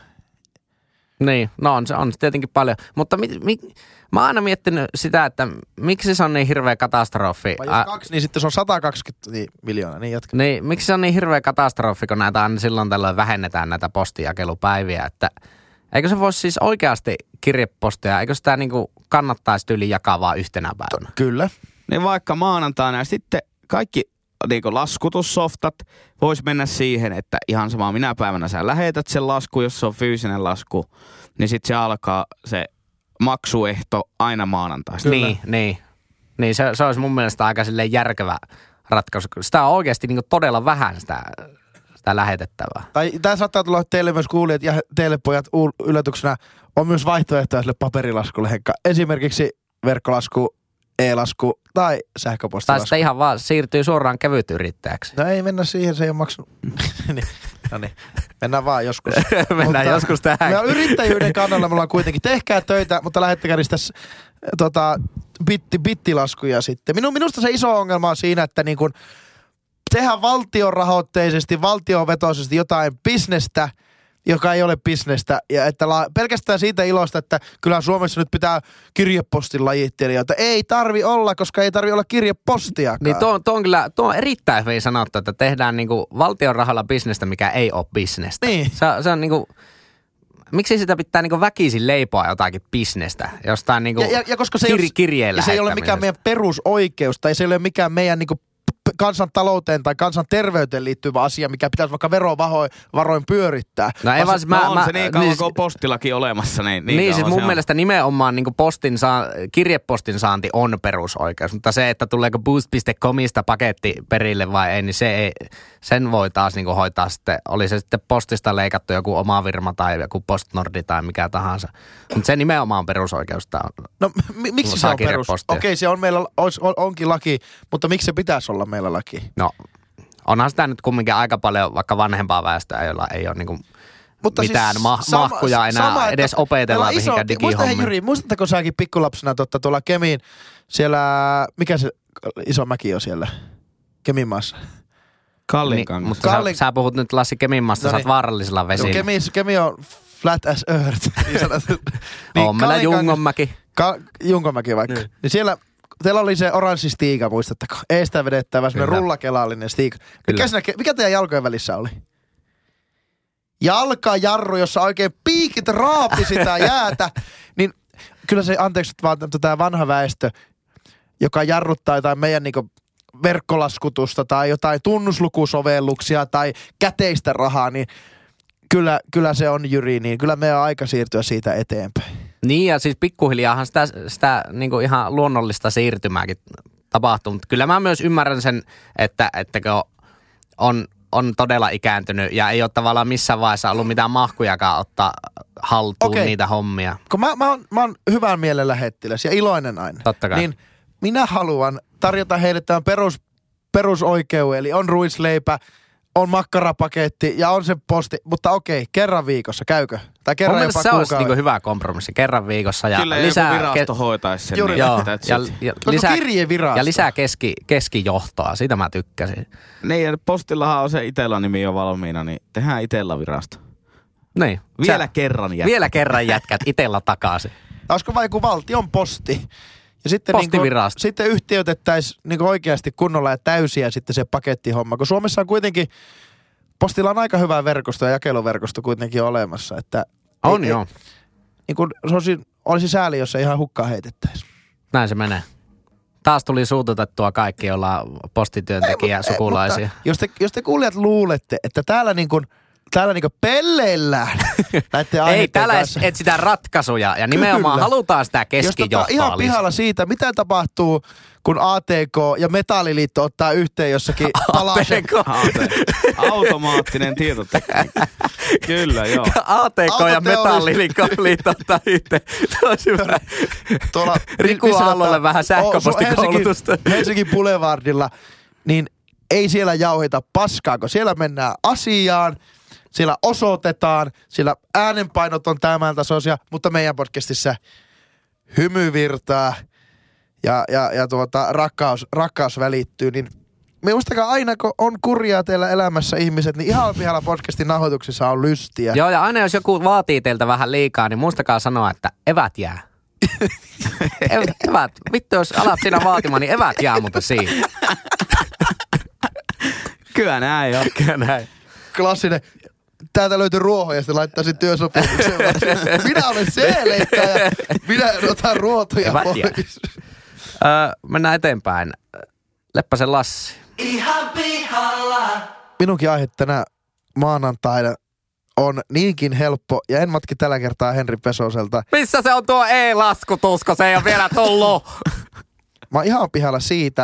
Niin, no on se, on se tietenkin paljon. Mutta mi, mi, mä oon aina miettinyt sitä, että miksi se on niin hirveä katastrofi. Vai jos kaksi, niin sitten se on sata kaksikymmentä miljoonaa. Niin jatka. Niin, miksi se on niin hirveä katastrofi, kun näitä aina silloin tällöin vähennetään näitä postijakelupäiviä, että eikö se voisi siis oikeasti kirjepostia, eikö sitä niinku kannattaisi tyyli jakaa vaan yhtenä päivänä? Kyllä. Niin vaikka maanantaina ja sitten kaikki niinku laskutussoftat vois mennä siihen, että ihan sama minä päivänä sä lähetät sen lasku, jos se on fyysinen lasku, niin sitten se alkaa se maksuehto aina maanantaista. Niin, niin. Niin se, se olisi mun mielestä aika silleen järkevä ratkaisu. Sitä on oikeasti niinku todella vähän sitä, sitä lähetettävää. Tai tämä saattaa tulla teille myös kuulijat ja teille pojat yllätyksenä on myös vaihtoehtoja sille paperilaskulle, Henkka. Esimerkiksi verkkolasku, e-lasku tai sähköpostilasku. Tai sitten ihan vaan siirtyy suoraan kevytyrittäjäksi. No ei mennä siihen, se ei ole maksanut. niin, no niin, mennään vaan joskus. Mennään mutta joskus tähän. Me on yrittäjyyden kannalla, me ollaan kuitenkin. Tehkää töitä, mutta lähettäkää niistä tota, bitti, bittilaskuja sitten. Minu, minusta se iso ongelma on siinä, että niin kun tehdään valtionrahoitteisesti, valtiovetoisesti jotain bisnestä, joka ei ole bisnestä. Ja että la, pelkästään siitä ilosta, että kyllä Suomessa nyt pitää kirjepostin lajittelijoita. Ei tarvi olla, koska ei tarvi olla kirjepostiakaan. Niin tuo, tuo on kyllä, tuo on erittäin hyvin sanottu, että tehdään niinku valtion rahalla bisnestä, mikä ei ole bisnestä. Niin. Se, se on niinku, miksi sitä pitää niinku väkisin leipoa jotakin bisnestä, jostain niinku ja, ja, ja koska se, kir, ei, kirjeen ja se ei ole mikään meidän perusoikeus, tai se ei ole mikään meidän niinku kansantalouteen tai kansanterveyteen liittyvä asia, mikä pitäisi vaikka verovaroin pyörittää. No ei vaan, Mä, mä, on mä, se niin kauan, niin, kun on postilaki olemassa. Niin, niin, niin siis mun on. mielestä nimenomaan niin postin saa, kirjepostin saanti on perusoikeus, mutta se, että tuleeko boost piste comista paketti perille vai ei, niin se ei, sen voi taas niin hoitaa sitten, oli se sitten postista leikattu joku oma firma tai joku postnordi tai mikä tahansa. Mutta se nimenomaan on perusoikeus. No m- miksi se on perus? Okei, se on meillä, olisi, on, onkin laki, mutta miksi se pitäisi olla meillä laki? No, onhan sitä nyt kumminkin aika paljon vaikka vanhempaa väestöä, joilla ei ole niinku mutta mitään siis ma- sama, mahkuja enää sama, edes opetella mihinkään digihommia. Muista Jyri, muistatteko säkin pikkulapsena totta, tuolla Kemiin, siellä, mikä se iso mäki on siellä Keminmaassa? Kallinkangas. Niin, mutta Kallin... sä, sä puhut nyt Lassi Keminmaasta, no sä oot vaarallisella vesillä. Kemi, Kemi on flat as earth. Niin on meillä Jungonmäki. Ka- Jungonmäki vaikka. Niin. Niin siellä teillä oli se oranssi stiika, muistatteko? Eestä vedettävä, semmoinen rullakelallinen stiika. Mikä, siinä, mikä teidän jalkojen välissä oli? Jalkajarru, jossa oikein piikit raapi sitä jäätä. Niin kyllä se, anteeksi vaan tämä vanha väestö, joka jarruttaa jotain meidän niinku verkkolaskutusta tai jotain tunnuslukusovelluksia tai käteistä rahaa, niin kyllä, kyllä se on Jyri, niin kyllä meidän on aika siirtyä siitä eteenpäin. Niin ja siis pikkuhiljaahan sitä, sitä niin kuin ihan luonnollista siirtymääkin tapahtuu, mutta kyllä mä myös ymmärrän sen, että, että on, on todella ikääntynyt ja ei ole tavallaan missään vaiheessa ollut mitään mahkujakaan ottaa haltuun Okei. niitä hommia. Kun mä, mä, oon, mä oon hyvän mielen lähettiläs ja iloinen aina. Totta kai. Niin minä haluan tarjota heille tämän perus, perusoikeuden, eli on ruisleipä, on makkarapaketti ja on se posti, mutta okei, kerran viikossa, käykö? Tai kerran Mun jopa mielestä se olisi kuukauden. niinku hyvä kompromissi, kerran viikossa. Ja Kyllä lisää joku virasto ke- hoitaisi sen. Juuri niin, joo, että ja, sit- ja, Onko lisää, kirjevirasto? ja lisää keski, keskijohtoa, sitä mä tykkäsin. Niin, ja postillahan on se Itella-nimi jo valmiina, niin tehdään Itella-virasto. Niin. Vielä Sä, kerran jätkät. Vielä kerran jätkät Itella takaisin. Olisiko vaan joku valtion posti? Ja sitten, niin Postivirasto. kuin, sitten yhtiöitettäisiin niin oikeasti kunnolla ja täysiä sitten se pakettihomma, kun Suomessa on kuitenkin, postilla on aika hyvä verkosto ja jakeluverkosto kuitenkin olemassa. Että On ei, joo. Niin kuin, se olisi, olisi sääli, jos ei ihan hukkaan heitettäisi. Näin se menee. Taas tuli suututettua kaikki, joilla on postityöntekijä Ei, sukulaisia. mutta jos te, jos te kuulijat luulette, että täällä niin kuin, täällä niin kuin pelleillään näiden Ei, aiheiden täällä kanssa. etsitään ratkaisuja ja nimenomaan Kyllä. halutaan sitä Jos keskijohtoa tota, ihan lisää. pihalla siitä, mitä tapahtuu, kun A T K ja Metalliliitto ottaa yhteen jossakin palasen. A T K. Automaattinen tietotekniikka. Kyllä, joo. A T K ja Autoteollisuus. Metalliliitto ottaa yhteen. Se olisi hyvä. Tuolla Riku missä Aallolle sanotaan, vähän sähköpostikoulutusta. Helsingin, Helsingin Boulevardilla, niin ei siellä jauhita paskaa, kun siellä mennään asiaan, siellä osoitetaan, siellä äänenpainot on tämän tasoisia, mutta meidän podcastissa hymyvirtaa ja, ja, ja tuota, rakkaus, rakkaus välittyy, niin muistakaa aina, kun on kurjaa teillä elämässä ihmiset, niin ihan pihalla podcastin nauhoituksissa on lystiä. Joo, ja aina jos joku vaatii teiltä vähän liikaa, niin muistakaa sanoa, että evät jää. Ev- evät. Vittu, jos alat siinä vaatimaan, niin evät jää mutta siinä. Kyllä näin joo. Kyllä näin. Klassinen. Täältä löytyi ruoho ja sitten laittaisin työsopimuksen. Minä olen C-leittäjä, minä otan ruotoja Evät pois. jää. Öö, mennään eteenpäin. Leppäsen Lassi. Ihan pihalla. Minunkin aihe tänä maanantaina on niinkin helppo, ja en matki tällä kertaa Henri Pesoselta. Missä se on tuo e-laskutus, kun se ei ole vielä tullut? Mä oon ihan pihalla siitä.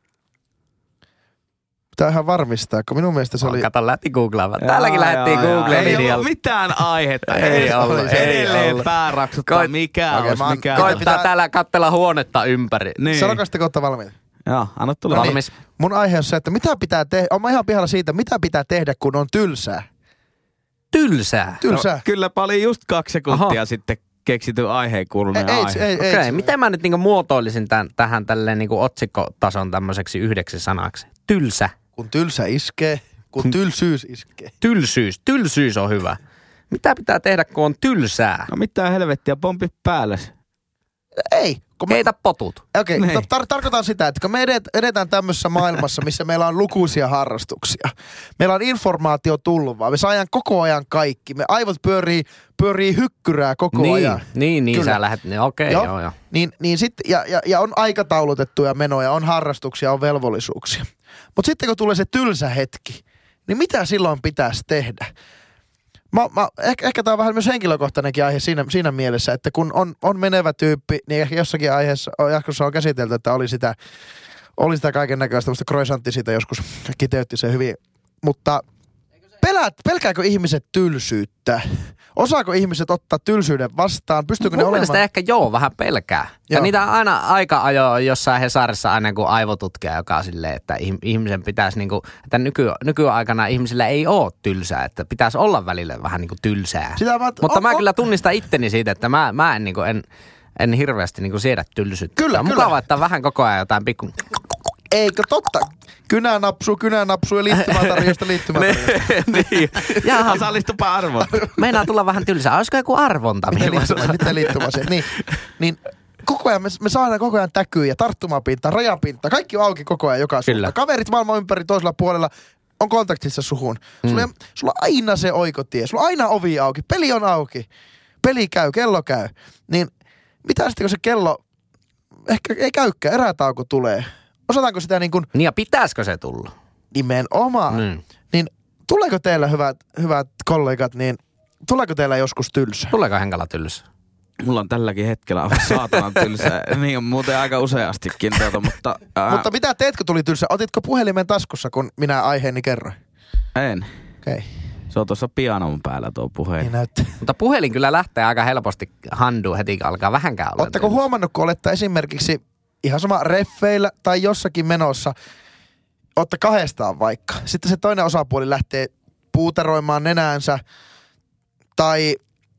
Pitää ihan varmistaa, kun minun mielestä se oli... Kato, lähti googlaamaan. Täälläkin lähdettiin Jaa, jaa. Googleen Ei linjalle. ollut mitään aihetta. Ei ollut, ei Edelleen ollut. pääraksuttaa, Koit- mikä Okei, olisi, mä oon- mikä koit- olisi. Koittaa pitää- täällä katsella huonetta ympäri. Niin. Sanokaa sitten, kun olette valmiita. Joo, anna tulla. No niin. Valmis. Mun aihe on se, että mitä pitää tehdä... Oon mä ihan pihalla siitä, mitä pitää tehdä, kun on tylsää. Tylsää. Tylsää. No, kylläpä oli just kaksi sekuntia Aha. sitten keksitty aiheen kuuluneen ei, aihe. ei, ei, Okei, ei, miten mä nyt niinku muotoilisin tämän, tähän tälleen niinku otsikkotason tämmöiseksi yhdeksi sanaksi? Tylsä. Kun tylsä iskee, kun tylsyys iskee. Tylsyys. Tylsyys on hyvä. Mitä pitää tehdä, kun on tylsää? No mitä helvettiä, pompi päälle. Ei. Kun mä, Keitä potut. Okei, Niin. okay, tar- tarkoitan sitä, että kun me edet- edetään tämmöisessä maailmassa, missä meillä on lukuisia harrastuksia. Meillä on informaatio tullut vaan. Me saadaan koko ajan kaikki. Me aivot pyörii, pyörii hykkyrää koko Niin, ajan. niin, niin Kyllä. sä lähdet. Niin, okei, Joo. joo, joo. Niin, niin sit, ja, ja, ja on aikataulutettuja menoja, on harrastuksia, on velvollisuuksia. Mutta sitten kun tulee se tylsä hetki, niin mitä silloin pitäisi tehdä? Mä, mä, ehkä ehkä tämä on vähän myös henkilökohtainenkin aihe siinä, siinä mielessä, että kun on, on menevä tyyppi, niin ehkä jossakin aiheessa, jaksossa on käsitelty, että oli sitä, oli sitä kaiken näköistä, tämmöistä croissantti siitä joskus kiteytti se hyvin. Mutta pelät, pelkääkö ihmiset tylsyyttä? Osaako ihmiset ottaa tylsyyden vastaan? Pystyykö ne Mun mielestä olemaan? ehkä joo, vähän pelkää. Ja Joo. niitä aina aika ajoin jossain Hesarissa aina kuin aivotutkija, joka on silleen, että ihm- ihmisen pitäisi niinku, että nyky, nykyaikana ihmisillä ei ole tylsää, että pitäisi olla välillä vähän niinku tylsää. Sitä mä, Mutta on, mä on, kyllä tunnistan itteni siitä, että mä, mä en, niinku, en, en hirveästi niinku siedä tylsyyttä. Kyllä, on kyllä. mukava, että vähän koko ajan jotain pikku... Eikö totta? Kynä napsuu, kynä napsuu ja liittymätarjosta liittymätarjosta. niin. Jaha, Osallistupa arvoon. meinaa tulla vähän tylsää. Olisiko joku arvonta? Miten mihin voisi- liittymä- Miten liittymäasiat? Niin, niin koko ajan, me, me saadaan koko ajan täkyjä, tarttumapinta, rajapinta, kaikki on auki koko ajan joka suuntaan. Kaverit maailman ympäri toisella puolella on kontaktissa suhun. Sulla, mm. sulla on aina se oikotie, sulla on aina ovi auki, peli on auki, peli käy, kello käy. Niin mitä sitten kun se kello ehkä ei käykään, erätauko tulee. Osataanko sitä niin kuin... Niin ja pitäisikö se tulla? Nimenomaan. Mm. Niin tuleeko teillä hyvät, hyvät kollegat, niin tuleeko teillä joskus tylsä? Tuleeko Henkalla tylsä? Mulla on tälläkin hetkellä aivan saatanan tylsää. Niin on muuten aika useastikin tuota, mutta... Ää... Mutta mitä teet, kun tuli tylsä? Otitko puhelimen taskussa, kun minä aiheeni kerroin? En. Okei. Okay. Se on tuossa pianon päällä tuo puhelin. Niin näyttää. Mutta puhelin kyllä lähtee aika helposti handuun heti, kun alkaa vähänkään olla. Oletteko huomannut, kun olette esimerkiksi ihan sama reffeillä tai jossakin menossa, olette kahdestaan vaikka. Sitten se toinen osapuoli lähtee puuteroimaan nenäänsä tai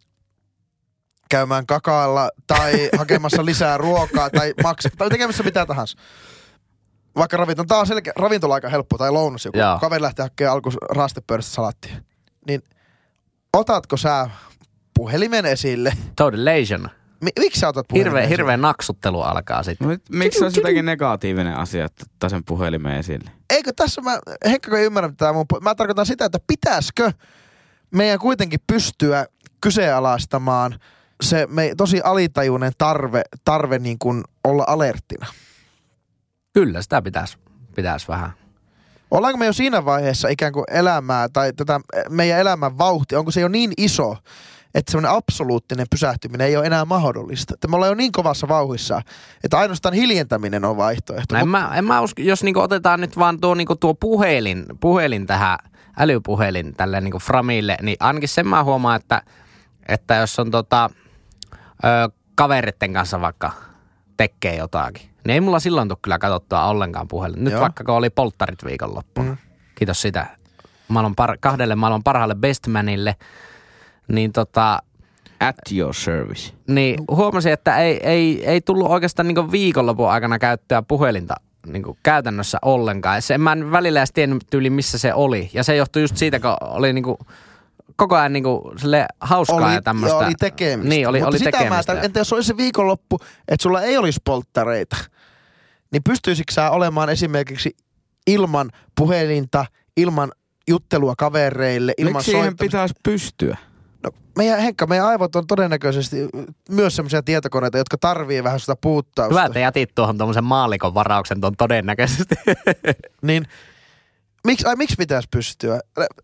käymään kakaalla tai hakemassa lisää ruokaa tai, maks- tai tekemässä mitä tahansa. Vaikka ravintola, tämä on selkeä, ravintola aika helppo tai lounas joku. Joo. Kaveri lähtee hakemaan alku raastepöydästä salattia. Niin otatko sä puhelimen esille? Todellation. Mi- miksi sä otat puhelimen Hirveä, esille? hirveä naksuttelu alkaa sitten. No, miksi se on sitäkin negatiivinen asia, että ottaa sen puhelimen esille? Eikö tässä, mä, Henkka ei ymmärrä tätä mun, mä tarkoitan sitä, että pitäisikö meidän kuitenkin pystyä kyseenalaistamaan se me, tosi alitajuinen tarve, tarve niin kuin olla alerttina. Kyllä, sitä pitäisi, pitäisi vähän. Ollaanko me jo siinä vaiheessa ikään kuin elämää tai tätä meidän elämän vauhti, onko se jo niin iso, että semmoinen absoluuttinen pysähtyminen ei ole enää mahdollista. Että me ollaan jo niin kovassa vauhissa, että ainoastaan hiljentäminen on vaihtoehto. No en, mä, en mä usko, jos niinku otetaan nyt vaan tuo, niinku tuo puhelin, puhelin tähän, älypuhelin tälle niinku framille, niin ainakin sen mä huomaan, että, että jos on tota, ö, kaveritten kanssa vaikka tekee jotakin, niin ei mulla silloin tule kyllä katsottua ollenkaan puhelin. Nyt Joo. vaikka kun oli polttarit viikonloppuna. Mm. Kiitos sitä maailman par, kahdelle maailman parhaalle bestmanille. Niin tota... At your service. Niin huomasin, että ei, ei, ei tullut oikeastaan niinku viikonlopun aikana käyttää puhelinta niinku käytännössä ollenkaan. Se, en mä välillä edes tiennyt tyyli, missä se oli. Ja se johtui just siitä, kun oli niinku koko ajan niinku sille hauskaa oli, ja tämmöistä. Oli tekemistä. Niin, oli, Mutta oli sitä tekemistä. Mä, entä jos olisi se viikonloppu, että sulla ei olisi polttareita, niin pystyisikö sä olemaan esimerkiksi ilman puhelinta, ilman juttelua kavereille, ilman Miksi siihen soittamista? pitäisi pystyä? No, meidän, Henkka, meidän aivot on todennäköisesti myös semmoisia tietokoneita, jotka tarvii vähän sitä puuttausta. Hyvä, että jätit tuohon tuommoisen maallikon varauksen tuon todennäköisesti. Niin, miksi, ai, miksi pitäisi pystyä?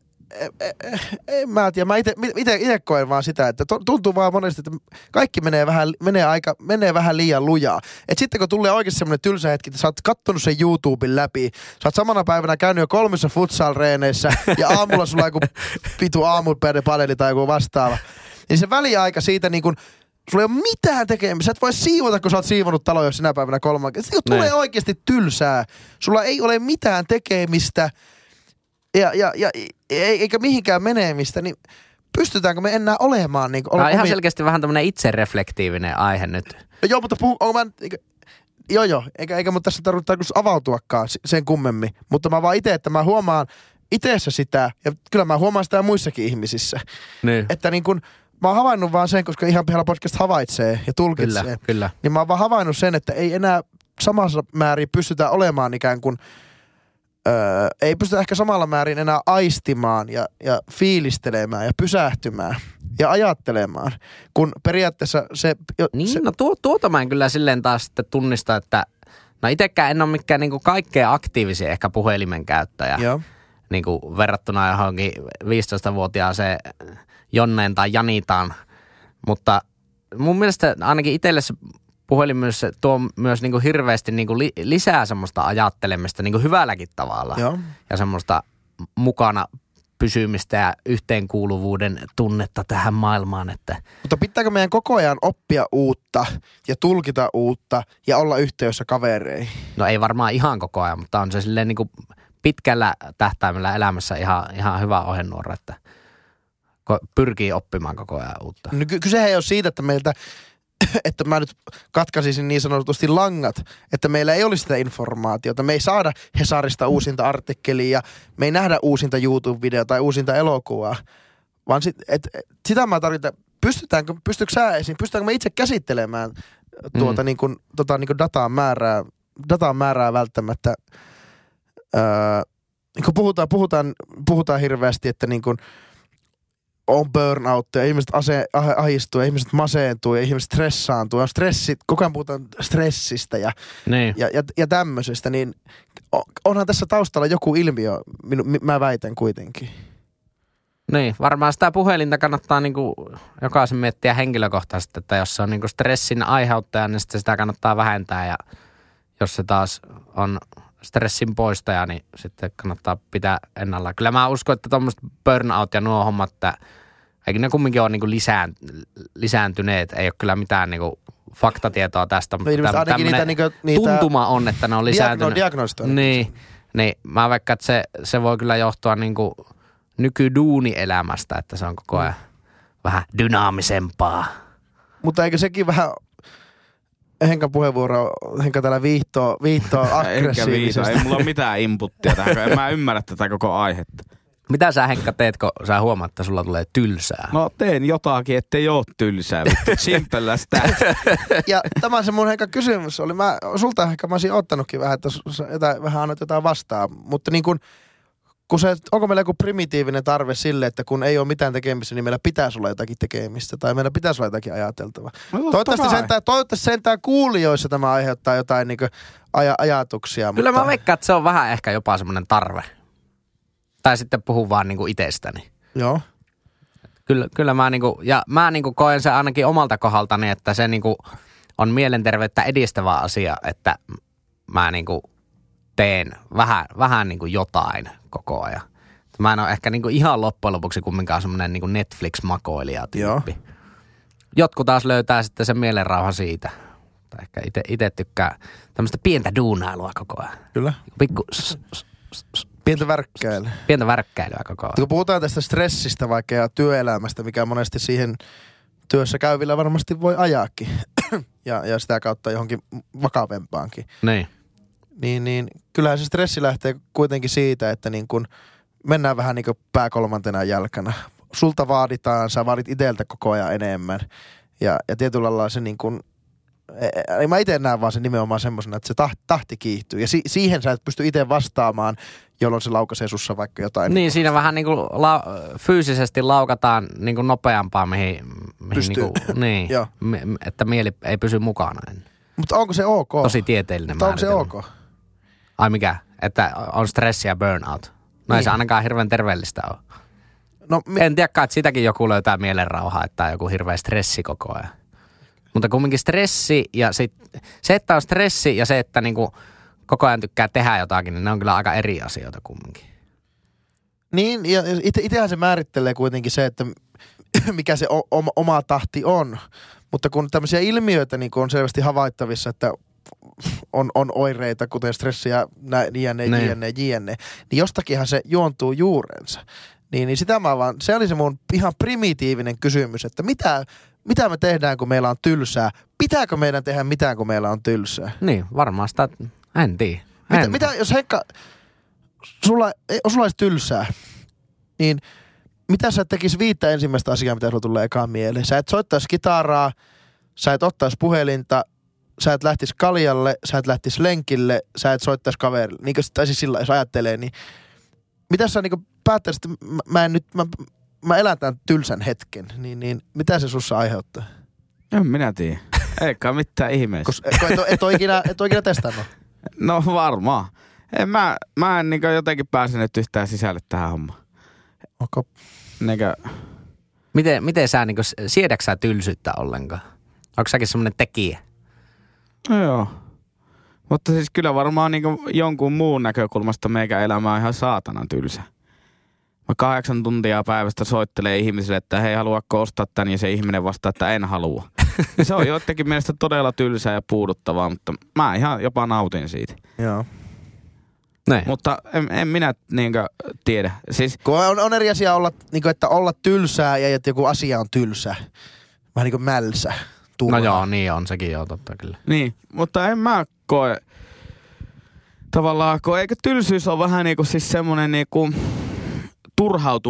En mä tiedä, mä ite, ite, ite koen vaan sitä, että tuntuu vaan monesti, että kaikki menee vähän, menee aika, menee vähän liian lujaa. Et sitten kun tulee oikeasti semmoinen tylsä hetki, että sä oot kattonut sen YouTuben läpi, sä oot samana päivänä käynyt jo kolmessa futsal-reeneissä ja aamulla sulla on joku vitu aamupadeli tai joku vastaava. Niin se väliaika siitä niin kun, sulla ei ole mitään tekemistä. Sä et voi siivota, kun sä oot siivonut taloja jo sinä päivänä kolman. Se tulee oikeasti tylsää. Sulla ei ole mitään tekemistä. Ja, ja, ja eikä mihinkään menemistä, niin pystytäänkö me enää olemaan niin kuin... Tämä on ihan omi... selkeästi vähän tämmöinen itsereflektiivinen aihe nyt. No joo, mutta puhun, onko mä... Eikä, joo joo, eikä, eikä mutta tässä tarvitse tarkoitus avautuakaan sen kummemmin. Mutta mä vaan itse, että mä huomaan itseessä sitä, ja kyllä mä huomaan sitä muissakin ihmisissä. Niin. Että niin kun, mä oon havainnut vaan sen, koska Ihan pihalla podcast havaitsee ja tulkitsee. Kyllä, kyllä. Niin mä oon vaan havainnut sen, että ei enää samassa määrin pystytä olemaan ikään kuin... Öö, ei pystytä ehkä samalla määrin enää aistimaan ja, ja fiilistelemään ja pysähtymään ja ajattelemaan, kun periaatteessa se... Jo, niin, se, no tuo, tuota mä en kyllä silleen taas sitten tunnista, että no itekään en ole mikään niinku kaikkein aktiivisin ehkä puhelimen käyttäjä. Joo. Niinku verrattuna johonkin viisitoistavuotiaaseen Jonneen tai Janitaan, mutta mun mielestä ainakin itselle se puhelin myös tuo myös niinku hirveästi niinku li, lisää semmoista ajattelemista niinku hyvälläkin tavalla. Joo. Ja semmoista mukana pysymistä ja yhteenkuuluvuuden tunnetta tähän maailmaan. Että mutta pitääkö meidän koko ajan oppia uutta ja tulkita uutta ja olla yhteydessä kavereihin? no ei varmaan ihan koko ajan, mutta on se silleen niinku pitkällä tähtäimellä elämässä ihan, ihan hyvä ohjenuora, että pyrkii oppimaan koko ajan uutta. No, ky- kysehän ei ole siitä, että meiltä että mä nyt katkaisisin niin sanotusti langat, että meillä ei olisi sitä informaatiota. Me ei saada Hesarista uusinta artikkelia, me ei nähdä uusinta YouTube-videoa tai uusinta elokuvaa, vaan sit, et, et, sitä mä tarkoitan, pystytäänkö, pystytkö sä esiin, pystytäänkö me itse käsittelemään tuota Mm. niin kuin, tota niin kuin dataan määrää, dataan määrää välttämättä. Öö, niin kuin puhutaan, puhutaan, puhutaan hirveästi, että niin kuin on burnout ja ihmiset ase, ah, ahistuu ja ihmiset maseentuu ja ihmiset stressaantuu ja stressit, koko ajan puhutaan stressistä ja, Niin. ja, ja, ja tämmöisestä, niin onhan tässä taustalla joku ilmiö, minu, mä väitän kuitenkin. Niin, varmaan sitä puhelinta kannattaa niinku jokaisen miettiä henkilökohtaisesti, että jos se on niinku stressin aiheuttaja, niin sitten sitä kannattaa vähentää ja jos se taas on stressin poistaja, niin sitten kannattaa pitää ennallaan. Kyllä mä uskon, että tuommoiset burnout ja nuo hommat, että eikö ne kumminkin ole niinku lisään, lisääntyneet, ei ole kyllä mitään niinku faktatietoa tästä, mutta No, tämmönen niitä, niitä, niitä tuntuma on, että ne on lisääntyneet. Diagnostoinnit. Niin, niin mä vaikka, että se, se voi kyllä johtua niinku nykyduunielämästä, että se on koko ajan vähän dynaamisempaa. Mutta eikö sekin vähän Henkan puheenvuoro, Henka täällä viihtoo, viihtoo Enkä aggressiivisesti. viita, ei mulla ole mitään inputtia tähän, en mä ymmärrä tätä koko aihetta. Mitä sä, Henkka, teet, kun sä huomaat, että sulla tulee tylsää? No teen jotakin, ettei oo tylsää. Simple as that. Ja tämä se mun Henka kysymys oli. Mä, sulta Henka mä olisin ottanutkin vähän, että sä jotain, vähän annat jotain vastaan. Mutta niin kun, kun se, onko meillä joku primitiivinen tarve sille, että kun ei ole mitään tekemistä, niin meillä pitäisi olla jotakin tekemistä. Tai meillä pitäisi olla jotakin ajateltavaa. No, Toivottavasti sentään, toivottavasti sentään kuulijoissa tämä aiheuttaa jotain niin aj- ajatuksia. Kyllä mutta mä veikkaan, että se on vähän ehkä jopa semmoinen tarve. Tai sitten puhun vaan niinku itsestäni. Joo. Kyllä, kyllä mä niinku, ja mä niinku koen sen ainakin omalta kohdaltani, että se niinku on mielenterveyttä edistävä asia, että mä niinku teen vähän, vähän niinku jotain koko ajan. Mä en ole ehkä niinku ihan loppujen lopuksi kumminkaan semmoinen niinku Netflix-makoilija-tyyppi. Joo. Jotkut taas löytää sitten sen mielenrauhan siitä. Tai ehkä ite, ite tykkää tämmöistä pientä duunailua koko ajan. Kyllä. Pikku s, s, s, Pientä värkkäilyä. pientä värkkäilyä koko ajan. Kun puhutaan tästä stressistä vaikka ja työelämästä, mikä monesti siihen työssä käyvillä varmasti voi ajaakin ja, ja sitä kautta johonkin vakavempaankin, Niin. niin, niin kyllähän se stressi lähtee kuitenkin siitä, että niin kun mennään vähän niin kuin pää kolmantena jalkana. Sulta vaaditaan, sä vaadit itseltä koko ajan enemmän ja, ja tietyllä lailla se niin kuin, ei mä itse näen vaan se nimenomaan semmosena, että se tahti, tahti kiihtyy ja si, siihen sä et pysty itse vastaamaan, jolloin se laukaisee sussa vaikka jotain. Niin, siinä vähän niin kuin la- fyysisesti laukataan niin kuin nopeampaa, mihin, mihin Pystyy. niin kuin, niin, Joo. me, että mieli ei pysy mukana. Mutta onko se ok? Tosi tieteellinen Mutta onko se määritelmä. ok? Ai mikä? Että on stressi ja burnout. No ei Niin. se ainakaan hirveän terveellistä ole. No, mi- En tiedä, että sitäkin joku löytää mielenrauhaa, että on joku hirveä stressi koko ajan. Mutta kumminkin stressi ja sit, se, että on stressi ja se, että niinku koko ajan tykkää tehdä jotakin, niin ne on kyllä aika eri asioita kumminkin. Niin, ja ite, itehän se määrittelee kuitenkin se, että mikä se o, oma, oma tahti on. Mutta kun tämmöisiä ilmiöitä niin kun on selvästi havaittavissa, että on, on oireita, kuten stressiä, nä, jne, Niin. jne, jne, niin jostakinhan se juontuu juurensa. Niin, niin sitä mä vaan, se oli se mun ihan primitiivinen kysymys, että mitä, mitä me tehdään, kun meillä on tylsää? Pitääkö meidän tehdä mitään, kun meillä on tylsää? Niin, varmaan sitä, en tiedä. Mitä, En. mitä jos Heikka, sulla, ei- sulla olisi tylsää, niin mitä sä tekis viittä ensimmäistä asiaa, mitä sulla tulee ekaan mieleen? Sä et soittaisi kitaraa, sä et ottaisi puhelinta, sä et lähtisi kaljalle, sä et lähtisi lenkille, sä et soittaisi kaverille. Niin kuin, tai siis sillä, jos ajattelee, niin mitä sä niin päättäisit, että mä, mä en nyt, mä, mä elän tämän tylsän hetken, niin, niin mitä se sussa aiheuttaa? En minä tiedä. Eikä mitään ihmeessä. Koska et, et, et, ole ikinä, et ole ikinä testannut. No varmaan. En, mä, mä en niin jotenkin pääse nyt yhtään sisälle tähän hommaan. Okay. Niinkö, Miten, miten sä niinku, siedätkö sä tylsyyttä ollenkaan? Onko säkin semmoinen tekijä? no joo. Mutta siis kyllä varmaan niin jonkun muun näkökulmasta meikä elämä on ihan saatanan tylsä. Mä kahdeksan tuntia päivästä soittelee ihmisille, että hei, haluatko ostaa tän, ja se ihminen vastaa, että en halua. Ja se on joidenkin mielestä todella tylsää ja puuduttavaa, mutta mä ihan jopa nautin siitä. Joo. Näin. Mutta en, en minä niinkö tiedä. Siis Kun on, on eri asia olla, niin kuin, että olla tylsää ja että joku asia on tylsä. Vähän niin kuin mälsä. Turha. No joo, niin on sekin joo, totta kyllä. niin, mutta en mä koe tavallaan, kun eikö tylsyys ole vähän niinku siis semmonen niinku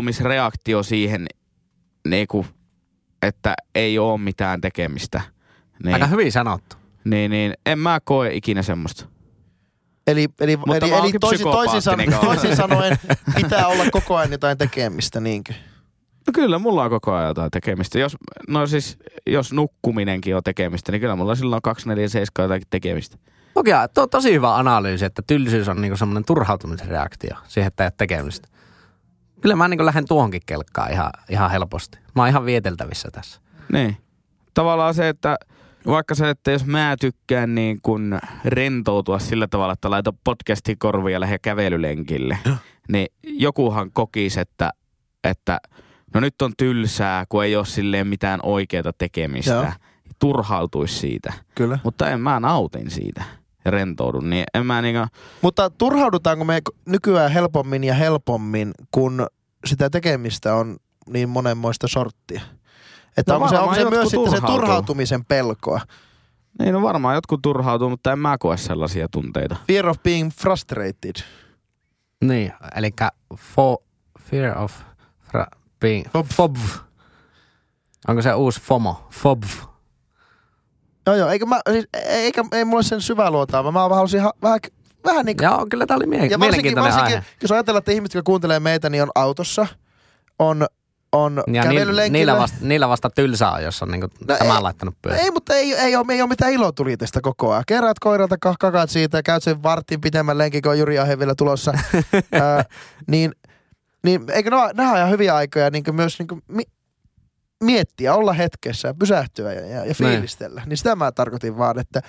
turhautumisreaktio siihen niinku, että ei oo mitään tekemistä. Niin, Aika hyvin sanottu. niin, niin en mä koe ikinä semmoista. Eli, eli, Mutta eli, mä eli oonkin toisin, toisin, san, psykopaattinen kauan. toisin sanoen pitää olla koko ajan jotain tekemistä, niinkö? No kyllä, mulla on koko ajan jotain tekemistä. Jos, no siis, jos nukkuminenkin on tekemistä, niin kyllä mulla silloin kaksikymmentäneljä seitsemän jotakin tekemistä. Okei, tuo on tosi hyvä analyysi, että tylsyys on niinku semmoinen turhautumisen reaktio siihen, että ei ole tekemistä. Kyllä mä niinku lähden tuohonkin kelkkaan ihan, ihan helposti. Mä oon ihan vieteltävissä tässä. Niin. Tavallaan se, että vaikka se, että jos mä tykkään niin kun rentoutua sillä tavalla, että laitan podcastin korviin ja lähden kävelylenkille, niin jokuhan kokisi, että, että no nyt on tylsää, kun ei ole silleen mitään oikeaa tekemistä. Joo. Turhautuisi siitä. Kyllä. Mutta en mä nautin siitä ja rentoudun, niin en mä niinku... Mutta turhaudutaanko me nykyään helpommin ja helpommin, kun sitä tekemistä on niin monenmoista sorttia? Että No onko se, onko varmaan se myös jotkut sitten se turhautuu. turhautumisen pelkoa? Niin no varmaan jotkut turhautuu, mutta en mä koe sellaisia tunteita. Fear of being frustrated. Niin, eli fo, fear of fra, being, Fob. fob. Onko se uusi FOMO? Fob. Joo joo, eikä mä, siis, eikä, ei mulle sen syvää luotaa, vaan mä halusin ha, vähän, vähän niin kuin... Joo, kyllä tää oli mie- Ja varsinkin, mielenkiintoinen varsinkin aihe. jos ajatellaan, että ihmiset, jotka kuuntelee meitä, niin on autossa, on, on Ja ni, kävelylenkillä. niillä, vasta, niillä vasta tylsää on, jos on niinku No tämä ei- laittanut pyörä. Ei, mutta ei, ei, ole, ei ole mitään iloa tuli tästä koko ajan. Kerät koiralta, kakaat siitä ja käyt sen vartin pitemmän lenkin, kun on Juri Ahe vielä tulossa. Ää, niin, niin eikö nämä, nämä ole ihan hyviä aikoja niin myös niin mi, miettiä, olla hetkessä ja pysähtyä ja, ja, ja fiilistellä. Niin sitä mä tarkoitin vaan, että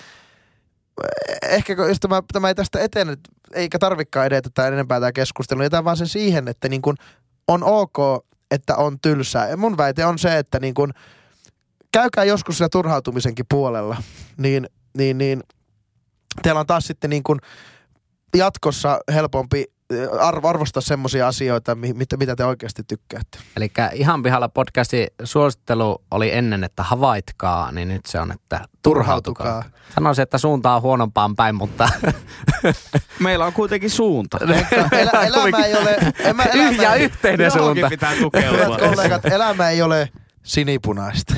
ehkä jos tämä, tämä ei tästä etene, eikä tarvikaan edetä tai enempää tämä keskustelu, niin jätän vaan sen siihen, että niin kuin on ok, että on tylsää. Ja mun väite on se, että niin kuin käykää joskus sillä turhautumisenkin puolella, niin, niin, niin teillä on taas sitten niin kuin jatkossa helpompi arvo, arvostaa semmoisia asioita, mitä, mitä te oikeasti tykkäätte. Eli ihan pihalla podcastin suosittelu oli ennen, että havaitkaa, niin nyt se on, että turhautukaa. Turhautukaa. Sanoisin, että suunta on huonompaan päin, mutta Meillä on kuitenkin suunta. Elä, elämä ei ole... Elämä, elämä, ja yhteinen Johonkin suunta. pitää hyvät tukeutua. kollegat, elämä ei ole sinipunaista.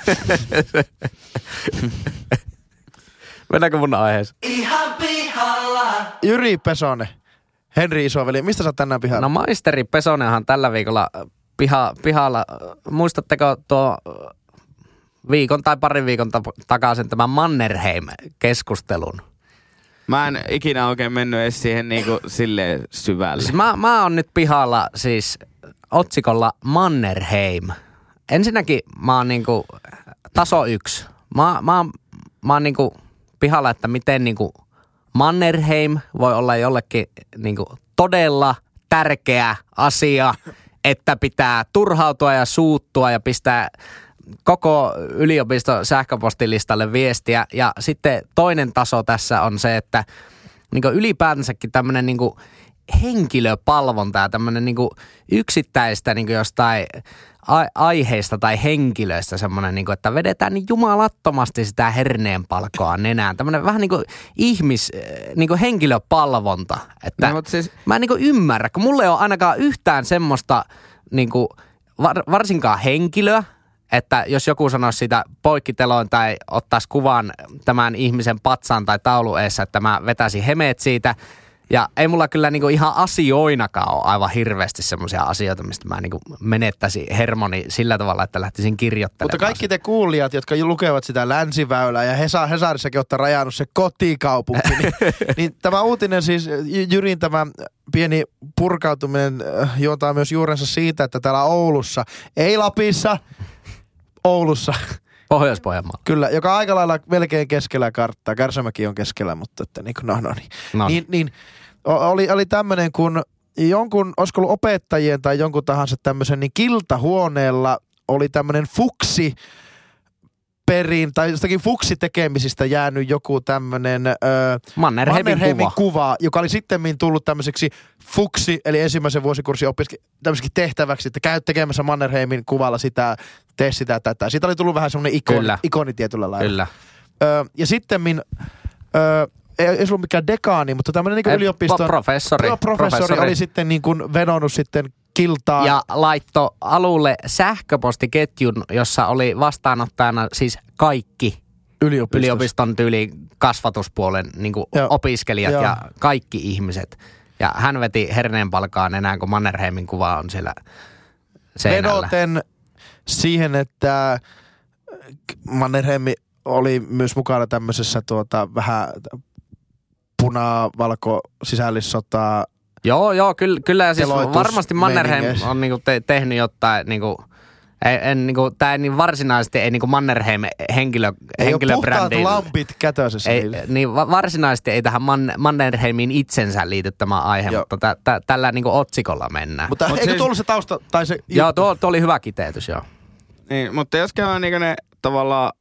Mennäänkö mun aiheeseen? Ihan pihalla. Jyri Pesonen, Henri Isoveli, mistä sä oot tänään pihalla? No maisteri Pesonenhan tällä viikolla piha, pihalla. Muistatteko tuo viikon tai parin viikon ta- takaisin tämän Mannerheim-keskustelun? Mä en ikinä oikein mennyt edes siihen niinku silleen syvälle. Siis mä, mä oon nyt pihalla siis otsikolla Mannerheim. Ensinnäkin mä oon niinku taso yksi. Mä, mä, oon, mä oon niinku pihalla, että miten niinku Mannerheim voi olla jollekin niinku todella tärkeä asia, että pitää turhautua ja suuttua ja pistää koko yliopiston sähköpostilistalle viestiä. Ja sitten toinen taso tässä on se, että niinku ylipäätänsäkin tämmöinen niinku henkilöpalvonta ja tämmöinen niinku yksittäistä niinku jostain a- aiheista tai henkilöistä semmoinen, niinku, että vedetään niin jumalattomasti sitä herneenpalkoa nenään. Tämmöinen vähän niin kuin ihmis, niinku henkilöpalvonta. Että No, mutta siis- mä en niinku ymmärrä, kun mulla ei ole ainakaan yhtään semmoista niinku, var, varsinkaan henkilöä, että jos joku sanoisi sitä poikkiteloin tai ottaisi kuvan tämän ihmisen patsaan tai taulu eessä, että mä vetäisin hemeet siitä. Ja ei mulla kyllä niinku ihan asioinakaan ole aivan hirveästi semmoisia asioita, mistä mä niinku menettäisin hermoni sillä tavalla, että lähtisin kirjoittelemaan. Mutta kaikki te kuulijat, jotka lukevat sitä länsiväylää ja Hesa, Hesarissakin olette rajannut se kotikaupunki, niin, niin tämä uutinen siis, Jyrin tämä pieni purkautuminen äh, juontaa myös juurensa siitä, että täällä Oulussa, ei Lapissa, Oulussa, Pohjois-Pohjanmaalla. kyllä, joka aika lailla melkein keskellä karttaa, Kärsämäki on keskellä, mutta että niin kuin, no, no niin. No. Niin, niin oli, oli tämmöinen, kun jonkun, olisiko ollut opettajien tai jonkun tahansa tämmöisen, niin kiltahuoneella oli tämmöinen fuksi perin, tai jostakin fuksitekemisistä jäänyt joku tämmöinen öö, Mannerheimin Mannerheimin kuva. kuva, joka oli sittemmin tullut tämmöiseksi fuksi, eli ensimmäisen vuosikurssin opiski tämmöiseksi tehtäväksi, että käy tekemässä Mannerheimin kuvalla sitä, tee sitä tätä. Siitä oli tullut vähän semmoinen ikoni, Kyllä. ikoni tietyllä lailla. Kyllä. Öö, ja sittemmin, öö, ei, ei ollut mikään dekaani, mutta tämmöinen niin Ei, yliopiston... po- professori. Joo, professori, Professori. oli sitten niin kuin vedonnut sitten kiltaan. Ja laitto alulle sähköpostiketjun, jossa oli vastaanottajana siis kaikki yliopiston tyyli kasvatuspuolen niin kuin opiskelijat Joo. ja kaikki ihmiset. Ja hän veti herneenpalkaan enää, kun Mannerheimin kuva on siellä seinällä. Vedoten siihen, että Mannerheim oli myös mukana tämmöisessä tuota, vähän puna-valko-sisällissotaa. Joo, joo, kyllä, kyllä ja siis varmasti Mannerheim on niinku te, tehnyt jotain, niinku, ei, en, niinku, tää ei niin varsinaisesti, ei niinku Mannerheim henkilö, ei henkilöbrändi. Ei ole puhtaat lampit kätöisessä ei, niin varsinaisesti ei tähän Man, Mannerheimin itsensä liity tämä aihe, joo. mutta tä, tä, tällä niinku otsikolla mennään. Mutta Mut eikö se, tuo ollut se tausta? Tai se joo, tuo, tuo oli hyvä kiteytys, joo. Niin, mutta jos käydään niinku ne tavallaan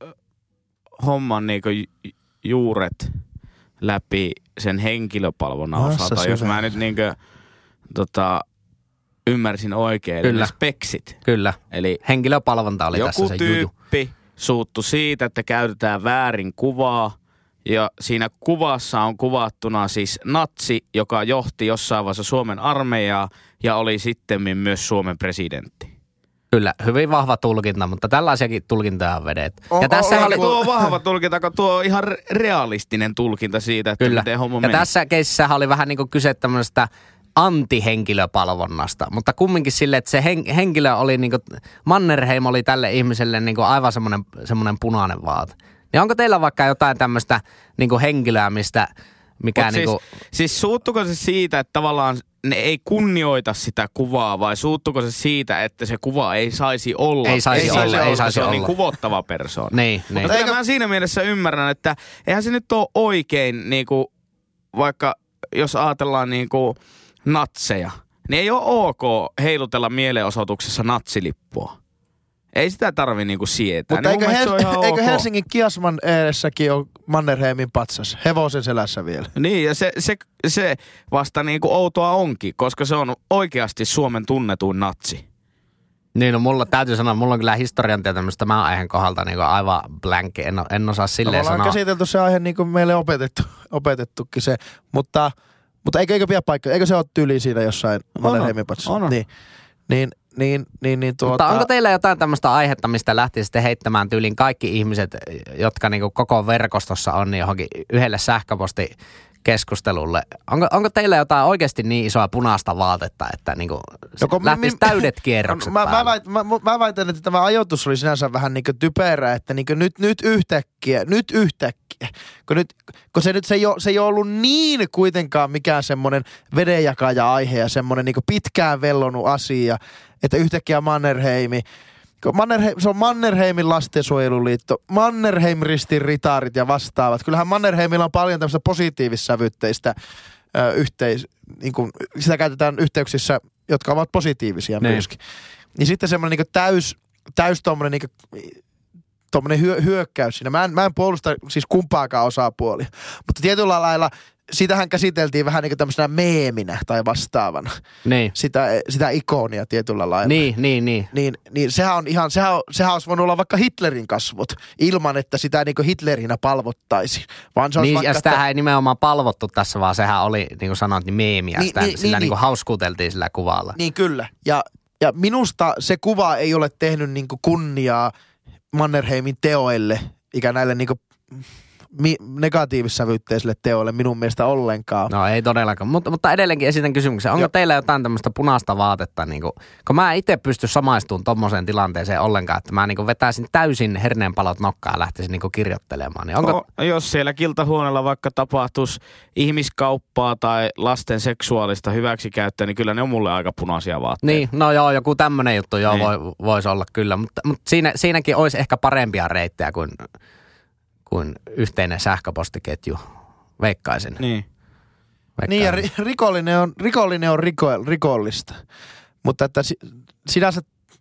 homman niinku juuret läpi sen henkilöpalvonnan Nossa, osalta, jos mä nyt niinkö tota, ymmärsin oikein. Kyllä. Ne speksit. Kyllä. Eli henkilöpalvonta oli tässä se juju. Joku tyyppi suuttu siitä, että käytetään väärin kuvaa. Ja siinä kuvassa on kuvattuna siis natsi, joka johti jossain vaiheessa Suomen armeijaa ja oli sittemmin myös Suomen presidentti. Kyllä, hyvin vahva tulkinta, mutta tällaisiakin tulkintoja on vedet. On, ja tässä on, oli tuo on vahva tulkinta, kun tuo on ihan realistinen tulkinta siitä, että Kyllä. miten homma ja meni. Ja tässä keississähän oli vähän niin kuin kyse tämmöisestä antihenkilöpalvonnasta, mutta kumminkin silleen, että se hen, henkilö oli niin kuin, Mannerheim oli tälle ihmiselle niin kuin aivan semmoinen, semmoinen punainen vaate. Niin onko teillä vaikka jotain tämmöistä niin kuin henkilöä, mistä mikä siis, niinku siis suuttuko se siitä, että tavallaan ne ei kunnioita sitä kuvaa, vai suuttuko se siitä, että se kuva ei saisi olla? Ei saisi, ei olla, saisi olla, ei saisi se olla. on niin kuvottava persoona. Niin, Mutta niin. kyllä mä siinä mielessä ymmärrän, että eihän se nyt ole oikein, niinku, vaikka jos ajatellaan niinku natseja, niin ei ole ok heilutella mielenosoituksessa natsilippua. Ei sitä tarvi niinku sietää. Mutta niin eikö, Hel- eikö ok. Helsingin Kiasman edessäkin ole Mannerheimin patsas? Hevosen selässä vielä. Niin, ja se, se, se vasta niinku outoa onkin, koska se on oikeasti Suomen tunnetuin natsi. Niin, no mulla täytyy sanoa, mulla on kyllä historian tietämystä tämän aiheen kohdalta niin aivan blank. En, en osaa silleen no, sanoa. Ollaan käsitelty se aihe niin kuin meille opetettu, opetettukin se, mutta, mutta eikö, eikö pidä paikkaa? Eikö se ole tyyli siinä jossain Mannerheimin patsassa? On, on. Niin, niin, niin, niin, niin tuota... Mutta onko teillä jotain tämmöistä aihetta, mistä lähtisitte heittämään tyyliin kaikki ihmiset, jotka niin koko verkostossa on, niin johonkin yhdelle sähköpostikeskustelulle? Onko, onko teillä jotain oikeasti niin isoa punaista vaatetta, että niin lähtisi täydet kierrokset mä, päälle? mä, väit, mä, mä väitän, että tämä ajoitus oli sinänsä vähän niin kuin typerä, että niin kuin nyt, nyt yhtäkkiä, nyt yhtäkkiä. Kun, nyt, kun se nyt se ei, ole, se ei ole ollut niin kuitenkaan mikään semmoinen vedenjakaja-aihe ja semmoinen niin kuin pitkään vellonut asia, että yhtäkkiä Mannerheimi, Mannerheim, se on Mannerheimin lastensuojeluliitto, Mannerheim ristin ritaarit ja vastaavat. Kyllähän Mannerheimilla on paljon tämmöistä positiivissävytteistä ö, yhteis, niin kuin, sitä käytetään yhteyksissä, jotka ovat positiivisia ne. myöskin. Niin sitten semmoinen niin täys, täys tommoinen niin tommoinen hyö, hyökkäys siinä. Mä en, mä en puolusta siis kumpaakaan osapuolia, mutta tietyllä lailla sitähän käsiteltiin vähän niin kuin tämmöisenä meeminä tai vastaavana. Niin. Sitä, sitä ikonia tietyllä lailla. Niin, niin, niin. Niin, niin sehän on ihan, sehän, on, sehän olisi voinut olla vaikka Hitlerin kasvot, ilman että sitä niin kuin Hitlerinä palvottaisiin. Vaan se niin, vaikka, ja sitähän että... ei nimenomaan palvottu tässä, vaan sehän oli, niin kuin sanoit, niin meemiä. Niin, sitä, niin, sillä niin, niin kuin hauskuuteltiin sillä kuvalla. Niin kyllä. Ja, ja minusta se kuva ei ole tehnyt niin kuin kunniaa Mannerheimin teoille, ikä näille niin kuin mi- negatiivissävytteisille teoille minun mielestä ollenkaan. No ei todellakaan, mutta, mutta edelleenkin esitän kysymyksen. Onko jo. teillä jotain tämmöistä punaista vaatetta, niin kuin, kun mä itse pysty samaistumaan tommoseen tilanteeseen ollenkaan, että mä niin kuin vetäisin täysin herneenpalot nokkaan ja lähtisin niin kuin kirjoittelemaan. Niin onko... no, jos siellä kiltahuoneella vaikka tapahtuisi ihmiskauppaa tai lasten seksuaalista hyväksikäyttöä, niin kyllä ne on mulle aika punaisia vaatteita. Niin, no joo, joku tämmöinen juttu joo niin. voi, voisi olla kyllä, mutta, mutta siinä, siinäkin olisi ehkä parempia reittejä kuin... kuin yhteinen sähköpostiketju, veikkaisin. Niin. Veikkaisin. Niin ja ri- rikollinen on, rikollinen on riko, rikollista. Mutta että si- sinänsä,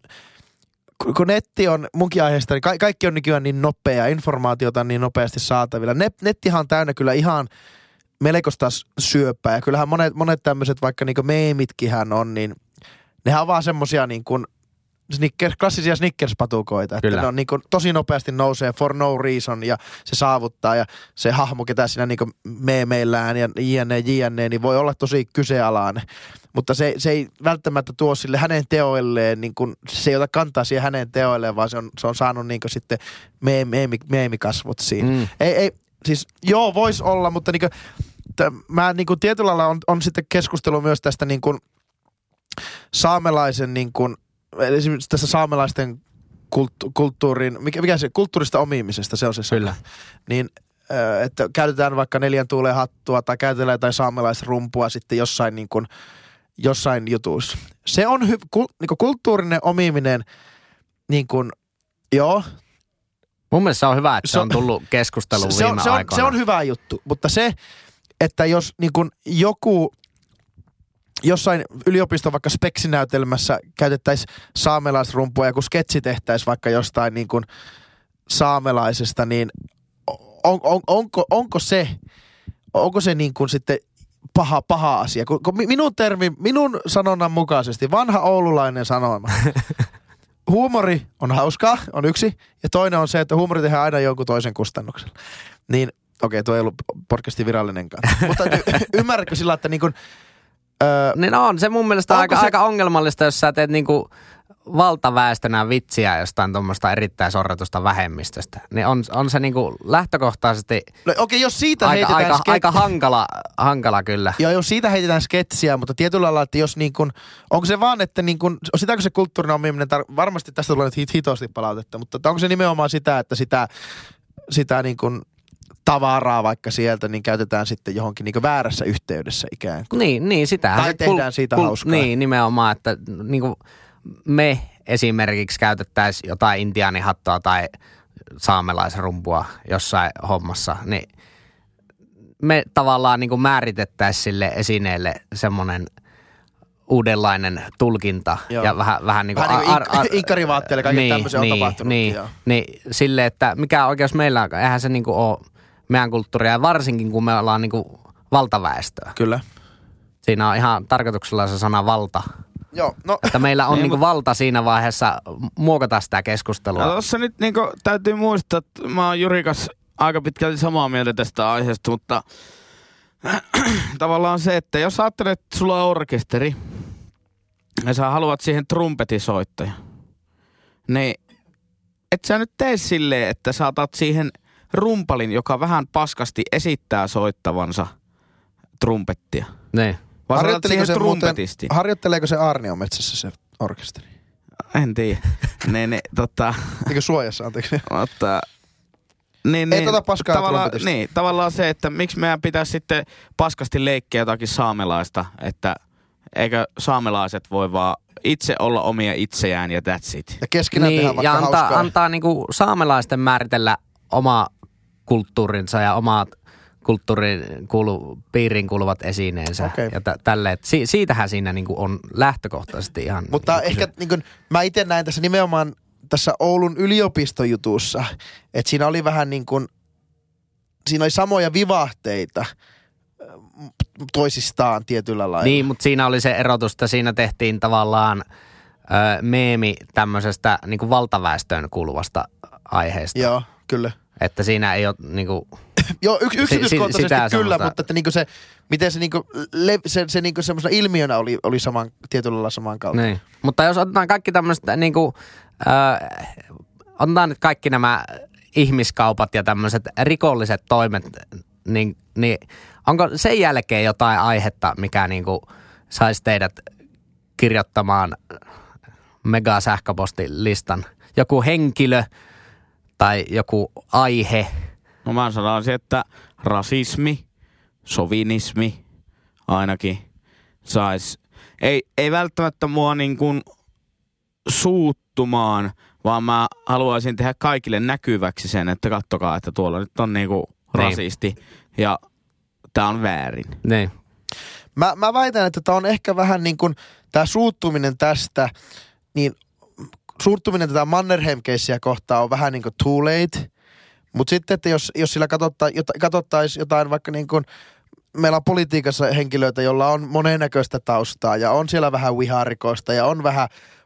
kun netti on munkin aiheesta, niin ka- kaikki on nykyään niin nopea, informaatiota on niin nopeasti saatavilla. Net- nettihan on täynnä kyllä ihan melkoista syöpää. Ja kyllähän monet, monet tämmöiset, vaikka niinku meemitkinhän on, niin nehän on vaan semmosia niin kuin Snickers, klassisia Snickers-patukoita, että Kyllä. ne on niin kuin, tosi nopeasti nousee for no reason ja se saavuttaa ja se hahmo, ketä siinä niin kuin meemeillään ja jne, jne, niin voi olla tosi kyseenalainen. Mutta se, se ei välttämättä tuo sille hänen teoilleen, niin kuin, se ei ota kantaa siihen hänen teoilleen, vaan se on, se on saanut niin kuin sitten meemi, meemikasvot siinä. Mm. Ei, ei, siis joo, voisi olla, mutta niin kuin, t- mä niin kuin tietyllä lailla on, on sitten keskustelu myös tästä niin kuin saamelaisen niin kuin, esimerkiksi tässä saamelaisten kulttu- kulttuurin, mikä, mikä se, kulttuurista omimisesta, se on se sana. Kyllä. Niin, että käytetään vaikka neljän tuulen hattua tai käytetään jotain saamelaisrumpua sitten jossain niin kuin, jossain jutuissa. Se on hy, kul, niin kuin kulttuurinen omiminen, niin kuin, joo. Mun mielestä se on hyvä, että se, Se on on- tullut keskusteluun Se on, viime se, on, aikoina. se on hyvä juttu, mutta se, että jos niin kuin joku jossain yliopiston vaikka speksinäytelmässä käytettäisiin saamelaisrumpua ja kun sketsi tehtäisiin vaikka jostain niin kuin saamelaisesta, niin on, on, onko, onko se, onko se niin kuin sitten paha, paha asia? Kun, kun minun termi, minun sanonnan mukaisesti, vanha oululainen sanoma, huumori on hauskaa, on yksi, ja toinen on se, että huumori tehdään aina jonkun toisen kustannuksella. Niin, okei, tuo ei ollut podcastin virallinenkaan. Mutta y- ymmärrätkö sillä, että niin kuin, öö, Niin on se mun mielestä Onko aika, se- aika ongelmallista, jos sä teet niinku valtaväestönä vitsiä jostain tuommoista erittäin sorretusta vähemmistöstä. Niin on, on se niinku lähtökohtaisesti no, okei, jos siitä aika, heitetään aika, sket- aika hankala, hankala kyllä. Joo, jos siitä heitetään sketsiä, mutta tietyllä lailla, että jos niin kuin, onko se vaan, että niin kuin, sitäkö se kulttuurinen omiminen, tar- varmasti tästä tulee nyt hit- hitosti palautetta, mutta että onko se nimenomaan sitä, että sitä, sitä niin kuin tavaraa vaikka sieltä, niin käytetään sitten johonkin niin kuin väärässä yhteydessä ikään kuin. Niin, niin sitähän Tai se tehdään siitä hauskaa. Niin, nimenomaan, että niinku me esimerkiksi käytettäisiin jotain intiaanihattua tai saamelaisrumpua jossain hommassa, niin me tavallaan niinku määritettäisiin sille esineelle semmoinen uudenlainen tulkinta Joo. ja vähän, vähän niin kuin... Vähän niin kuin ink- inkkarivaatteelle kaiken niin, tämmöisen on niin, tapahtunut. Niin, Joo. niin sille, että mikä oikeus meillä on, eihän se niinku ole meidän kulttuuria, ja varsinkin kun me ollaan niinku valtaväestöä. Kyllä. Siinä on ihan tarkoituksella se sana valta. Joo, no Että meillä on Niin, niinku mut- valta siinä vaiheessa muokata sitä No keskustelua. tossa nyt niinku täytyy muistaa, että mä oon Jurikas aika pitkälti samaa mieltä tästä aiheesta, mutta tavallaan se, että jos ajattelet, että sulla on orkesteri ja sä haluat siihen trumpetisoittaja, niin et sä nyt tee silleen, että sä otat siihen rumpalin, joka vähän paskasti esittää soittavansa trumpettia. Niin. Vaan sä otat harjoitteliko siihen se muuten, trumpetistin. harjoitteleeko se Aarnion metsässä se orkesteri? En tiedä. ne, ne, tota... Eikö suojassa, anteeksi? Mutta, niin, Ei niin, tota paskaa tavallaan, trumpetista. niin, tavallaan se, että miksi meidän pitäisi sitten paskasti leikkiä jotakin saamelaista, että eikö saamelaiset voi vaan itse olla omia itseään ja that's it. Ja keskenään tehdään Niin, vaikka ja antaa, hauskaa. antaa niinku saamelaisten määritellä oma kulttuurinsa ja omat kulttuurin kuulu, piiriin kuuluvat esineensä. Okei. Ja tä, tälle, et si, siitähän siinä niinku on lähtökohtaisesti ihan... Mutta niinku ehkä kyse. niin kuin, mä itse näin tässä nimenomaan tässä Oulun yliopistojutussa, että siinä oli vähän niin kuin, siinä oli samoja vivahteita äh, toisistaan tietyllä lailla. Niin, mutta siinä oli se erotus, että siinä tehtiin tavallaan ö, meemi tämmöisestä niinku valtaväestöön kuuluvasta aiheesta. Joo, kyllä. Että siinä ei ole niinku... Joo, yks, yksityiskohtaisesti sitä kyllä, semmoista- mutta että niinku se, miten se, niinku, le, se, se niinku semmoisena ilmiönä oli, oli saman, tietyllä lailla samankaltainen. Niin. Mutta jos otetaan kaikki tämmöiset niinku... Ö, otetaan nyt kaikki nämä ihmiskaupat ja tämmöiset rikolliset toimet, niin, niin onko sen jälkeen jotain aihetta, mikä niinku saisi teidät kirjoittamaan mega sähköpostilistan? Joku henkilö tai joku aihe? No mä sanoisin, että rasismi, sovinismi ainakin sais, ei, ei välttämättä mua niin kuin suuttumaan, vaan mä haluaisin tehdä kaikille näkyväksi sen, että kattokaa, että tuolla nyt on niin kuin Niin. rasisti ja tää on väärin. Niin. Mä, mä väitän, että tämä on ehkä vähän niin kuin, tämä suuttuminen tästä, niin suuttuminen tätä Mannerheim-keissiä kohtaan on vähän niin kuin too late. Mutta sitten, että jos, jos sillä katsottaisiin jotain vaikka niin kuin, meillä on politiikassa henkilöitä, joilla on monennäköistä taustaa ja on siellä vähän viharikoista ja on vähän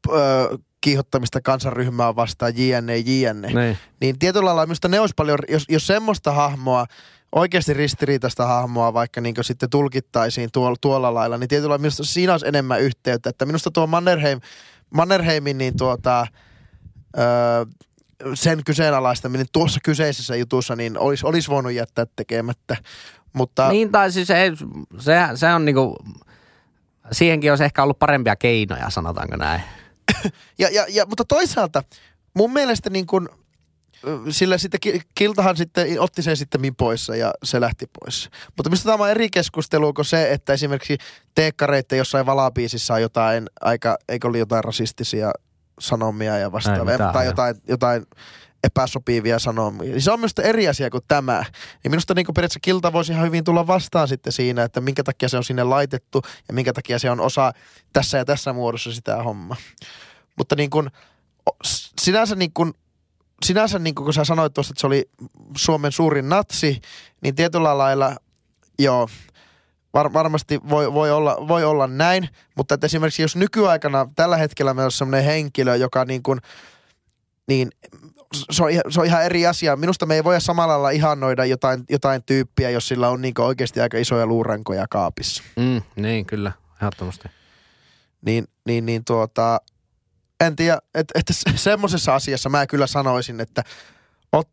öö, kiihottamista kansanryhmää vastaan, jne, jne. Niin. Niin tietyllä lailla minusta ne olisi paljon, jos, jos semmoista hahmoa, oikeasti ristiriitaista hahmoa vaikka niin sitten tulkittaisiin tuolla, tuolla lailla, niin tietyllä lailla minusta siinä olisi enemmän yhteyttä. Että minusta tuo Mannerheim, Mannerheimin niin tuota, öö, sen kyseenalaistaminen tuossa kyseisessä jutussa, niin olisi, olisi voinut jättää tekemättä. Mutta Niin, tai siis ei, se, se on niinku, siihenkin olisi ehkä ollut parempia keinoja, sanotaanko näin. Ja, ja, ja, mutta toisaalta mun mielestä niin kuin, sillä sitten Kiltahan sitten otti sen sitten pois ja se lähti pois. Mutta mistä tämä on eri keskustelu kuin se, että esimerkiksi teekkareiden jossain valabiisissä on jotain aika, eikö ole jotain rasistisia sanomia ja vastaavia, mitään, tai jo. jotain, jotain epäsopivia sanomia. Se on minusta eri asia kuin tämä. Ja minusta niin kuin periaatteessa Kilta voisi ihan hyvin tulla vastaan sitten siinä, että minkä takia se on sinne laitettu ja minkä takia se on osa tässä ja tässä muodossa sitä hommaa. Mutta niin kuin, sinänsä niin kuin, sinänsä niin kuin kun sä sanoit tuosta, että se oli Suomen suurin natsi, niin tietyllä lailla, joo, var, varmasti voi, voi, olla, voi olla näin, mutta että esimerkiksi jos nykyaikana tällä hetkellä meillä on sellainen henkilö, joka niin kuin, niin se on, se on ihan eri asia. Minusta me ei voida samalla lailla ihannoida jotain, jotain tyyppiä, jos sillä on niin kuin oikeasti aika isoja luurankoja kaapissa. Mm, niin, kyllä, ehdottomasti. Niin, niin, niin tuota, en tiedä, että, että semmoisessa asiassa mä kyllä sanoisin, että ot,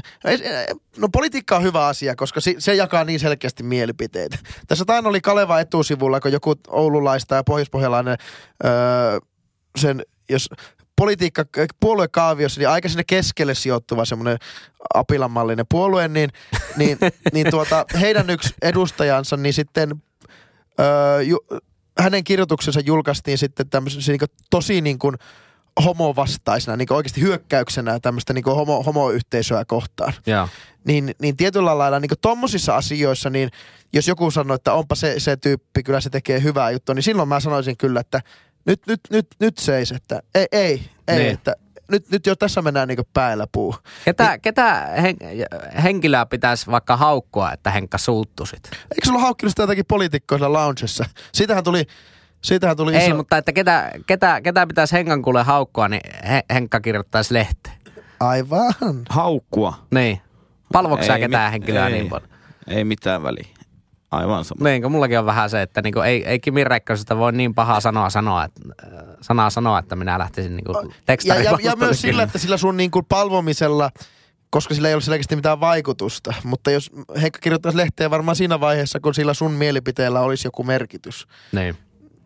no politiikka on hyvä asia, koska se, se jakaa niin selkeästi mielipiteitä. Tässä tain oli Kaleva etusivulla, kun joku oululaista ja pohjoispohjalainen öö, sen, jos politiikka, puoluekaaviossa, niin aika sinne keskelle sijoittuva semmoinen apilanmallinen puolue, niin, niin, niin tuota, heidän yksi edustajansa, niin sitten öö, ju, hänen kirjoituksensa julkaistiin sitten tämmöisen niin tosi niin kuin homovastaisena, niin kuin oikeasti hyökkäyksenä tämmöistä niin kuin homo, homoyhteisöä kohtaan. Joo. Niin, niin tietyllä lailla niin kuin tommosissa asioissa, niin jos joku sanoo, että onpa se, se tyyppi, kyllä se tekee hyvää juttua, niin silloin mä sanoisin kyllä, että nyt, nyt, nyt, nyt seis, että ei, ei, ei niin. että nyt, nyt jo tässä mennään niin kuin päällä puu. Ketä, niin, ketä hen, henkilöä pitäisi vaikka haukkua, että Henkka suuttuisit? Eikö sulla haukkinut sitä jotakin poliitikkoa siellä loungessa? Siitähän tuli, siitähän tuli Ei, iso... mutta että ketä, ketä, ketä pitäisi Henkan kuule haukkua, niin he, Henkka kirjoittaisi lehteen. Aivan. Haukkua. Niin. Palvoiko sä ketään mit, henkilöä ei, niin paljon? Ei mitään väliä. Aivan sama. Niin, kun mullakin on vähän se, että niinku ei, ei Kimi Räikkösestä voi niin pahaa sanoa sanoa, että, äh, sanaa sanoa, että minä lähtisin niinku tekstarin ja, ja, ja myös kyllä. sillä, että sillä sun niinku palvomisella, koska sillä ei ole selkeästi mitään vaikutusta. Mutta jos Henkka kirjoittaisi lehteen varmaan siinä vaiheessa, kun sillä sun mielipiteellä olisi joku merkitys. Niin.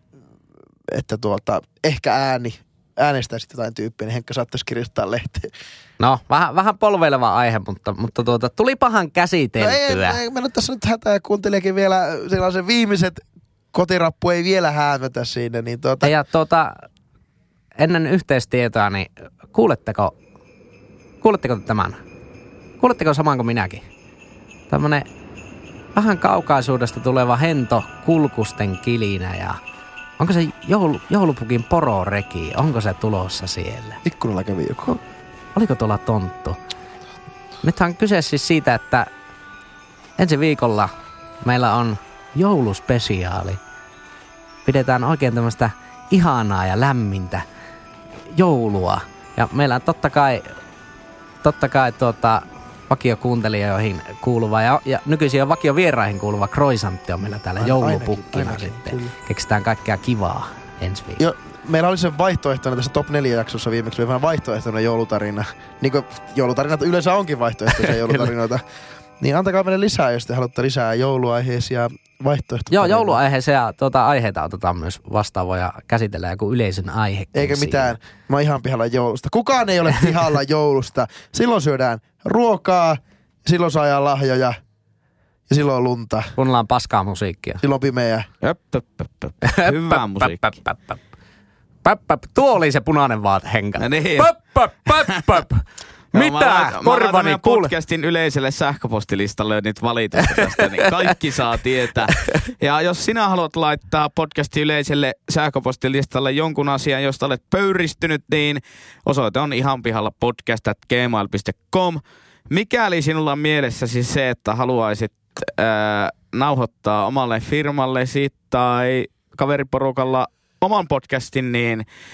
Että tuota, ehkä ääni, äänestäisi jotain tyyppiä, niin Henkka saattaisi kirjoittaa lehteen. No, vähän, vähän polveileva aihe, mutta, mutta tuota, tuli pahan käsiteltyä. No ei, ei mennä tässä nyt hätää, kuuntelijakin vielä sellaisen viimeiset kotirappu ei vielä häämötä siinä. Niin tuota... Ja tuota, ennen yhteistietoa, niin kuuletteko, kuuletteko tämän? Kuuletteko saman kuin minäkin? Tämmönen vähän kaukaisuudesta tuleva hento kulkusten kilinä ja onko se joulu, joulupukin pororeki, onko se tulossa siellä? Ikkunalla kävi joku. Oliko tuolla tonttu? Nythän on kyse siis siitä, että ensi viikolla meillä on jouluspesiaali. Pidetään oikein tämmöistä ihanaa ja lämmintä joulua. Ja meillä on totta kai, totta kai tuota, vakiokuuntelijoihin kuuluva ja, ja nykyisin on vakiovieraihin kuuluva croissantti on meillä täällä Aina, joulupukkina ainakin, sitten. ainakin, Keksitään kaikkea kivaa ensi viikolla. Jo, meillä oli se vaihtoehtoinen tässä Top neljä jaksossa viimeksi, oli vähän vaihtoehtoinen joulutarina. Niin kuin joulutarinat yleensä onkin vaihtoehtoisia joulutarinoita. Niin antakaa meille lisää, jos te haluatte lisää jouluaiheisia vaihtoehtoja. Joo, jouluaiheisia tuota, aiheita otetaan myös vastaavaa ja käsitellään joku yleisön aihe. Eikä mitään. Mä oon ihan pihalla joulusta. Kukaan ei ole pihalla joulusta. Silloin syödään ruokaa, silloin saadaan lahjoja ja silloin on lunta. Kuunnellaan paskaa musiikkia. Silloin on pimeää. Höp, höp, höp, höp. Hyvä musiikki. Päp, päp, päp. Päp, päp. Tuo oli se punainen vaate, Henka. No niin. Päp, päp, päp, päp. Mitä? Mä Korvani kuule. Podcastin yleiselle sähköpostilistalle nyt valitusta tästä, niin kaikki saa tietää. Ja jos sinä haluat laittaa podcastin yleiselle sähköpostilistalle jonkun asian, josta olet pöyristynyt, niin osoite on ihan pihalla podcast at gmail dot com. Mikäli sinulla on mielessäsi se, että haluaisit ää, nauhoittaa omalle firmallesi tai kaveriporukalla oman podcastin, niin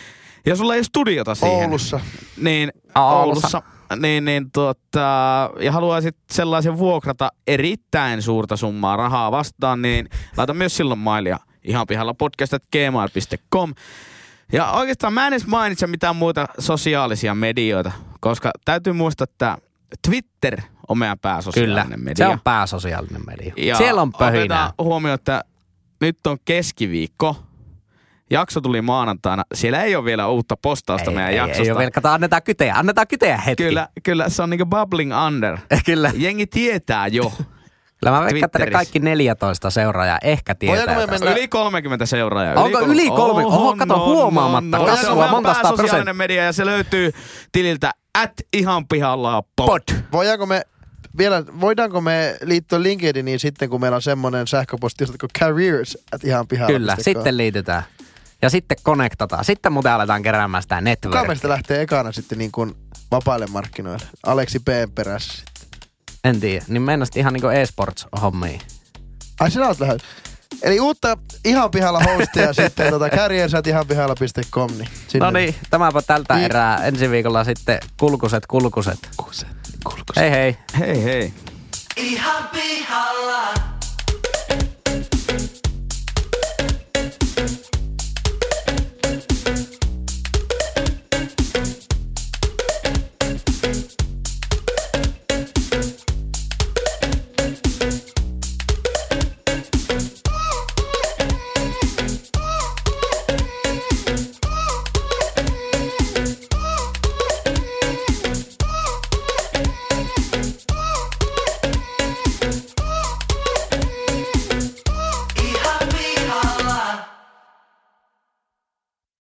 Ja sulla ei ole studiota siihen. Oulussa. Niin, Aa, Oulussa. Niin, niin tuota, ja haluaisit sellaisen vuokrata erittäin suurta summaa rahaa vastaan, niin laita myös silloin mailia ihan pihalla podcast at gmail piste com. Ja oikeastaan mä en edes mainitse mitään muita sosiaalisia medioita, koska täytyy muistaa, että Twitter on meidän pääsosiaalinen Kyllä, media. se on pääsosiaalinen media. Ja siellä on pöhinää. otetaan huomioon, että nyt on keskiviikko. Jakso tuli maanantaina. Siellä ei ole vielä uutta postausta ei, meidän ei, jaksosta. Ei ole vielä. Kato, annetaan kyteä. Annetaan kyteä hetki. Kyllä, kyllä se on niinku bubbling under. Kyllä. Jengi tietää jo. Kyllä mä veikkaan, että ne kaikki neljätoista seuraajaa ehkä tietää. Voidaanko me tästä. mennä- Yli kolmekymmentä seuraajaa. Onko yli kolme? Oho, kato, huomaamatta. No, se Kasvua on meidän monta sataa pääsosiaalinen prosenttia. media ja se löytyy tililtä at ihan pihalla pod. Pod. Voidaanko me vielä, voidaanko me liittyä LinkedIniin sitten, kun meillä on semmoinen sähköposti, josta kuin careers at ihan pihalla. Kyllä, sitten liitytään. Ja sitten connectataan. Sitten muuten aletaan keräämään sitä Kuka networkia. meistä lähtee ekana sitten niin kuin vapaille markkinoille? Aleksi P. perässä sitten. En tiedä. Niin mennäsit ihan niinku e-sports-hommiin. Ai sinä olet lähes. Eli uutta ihan pihalla hostia sitten tota careers at ihan pihalla piste com. Niin sinne. No niin, tämäpä tältä Niin. erää. Ensi viikolla sitten kulkuset, kulkuset. Kulkuset, kulkuset. Hei hei. Hei hei. Ihan pihalla.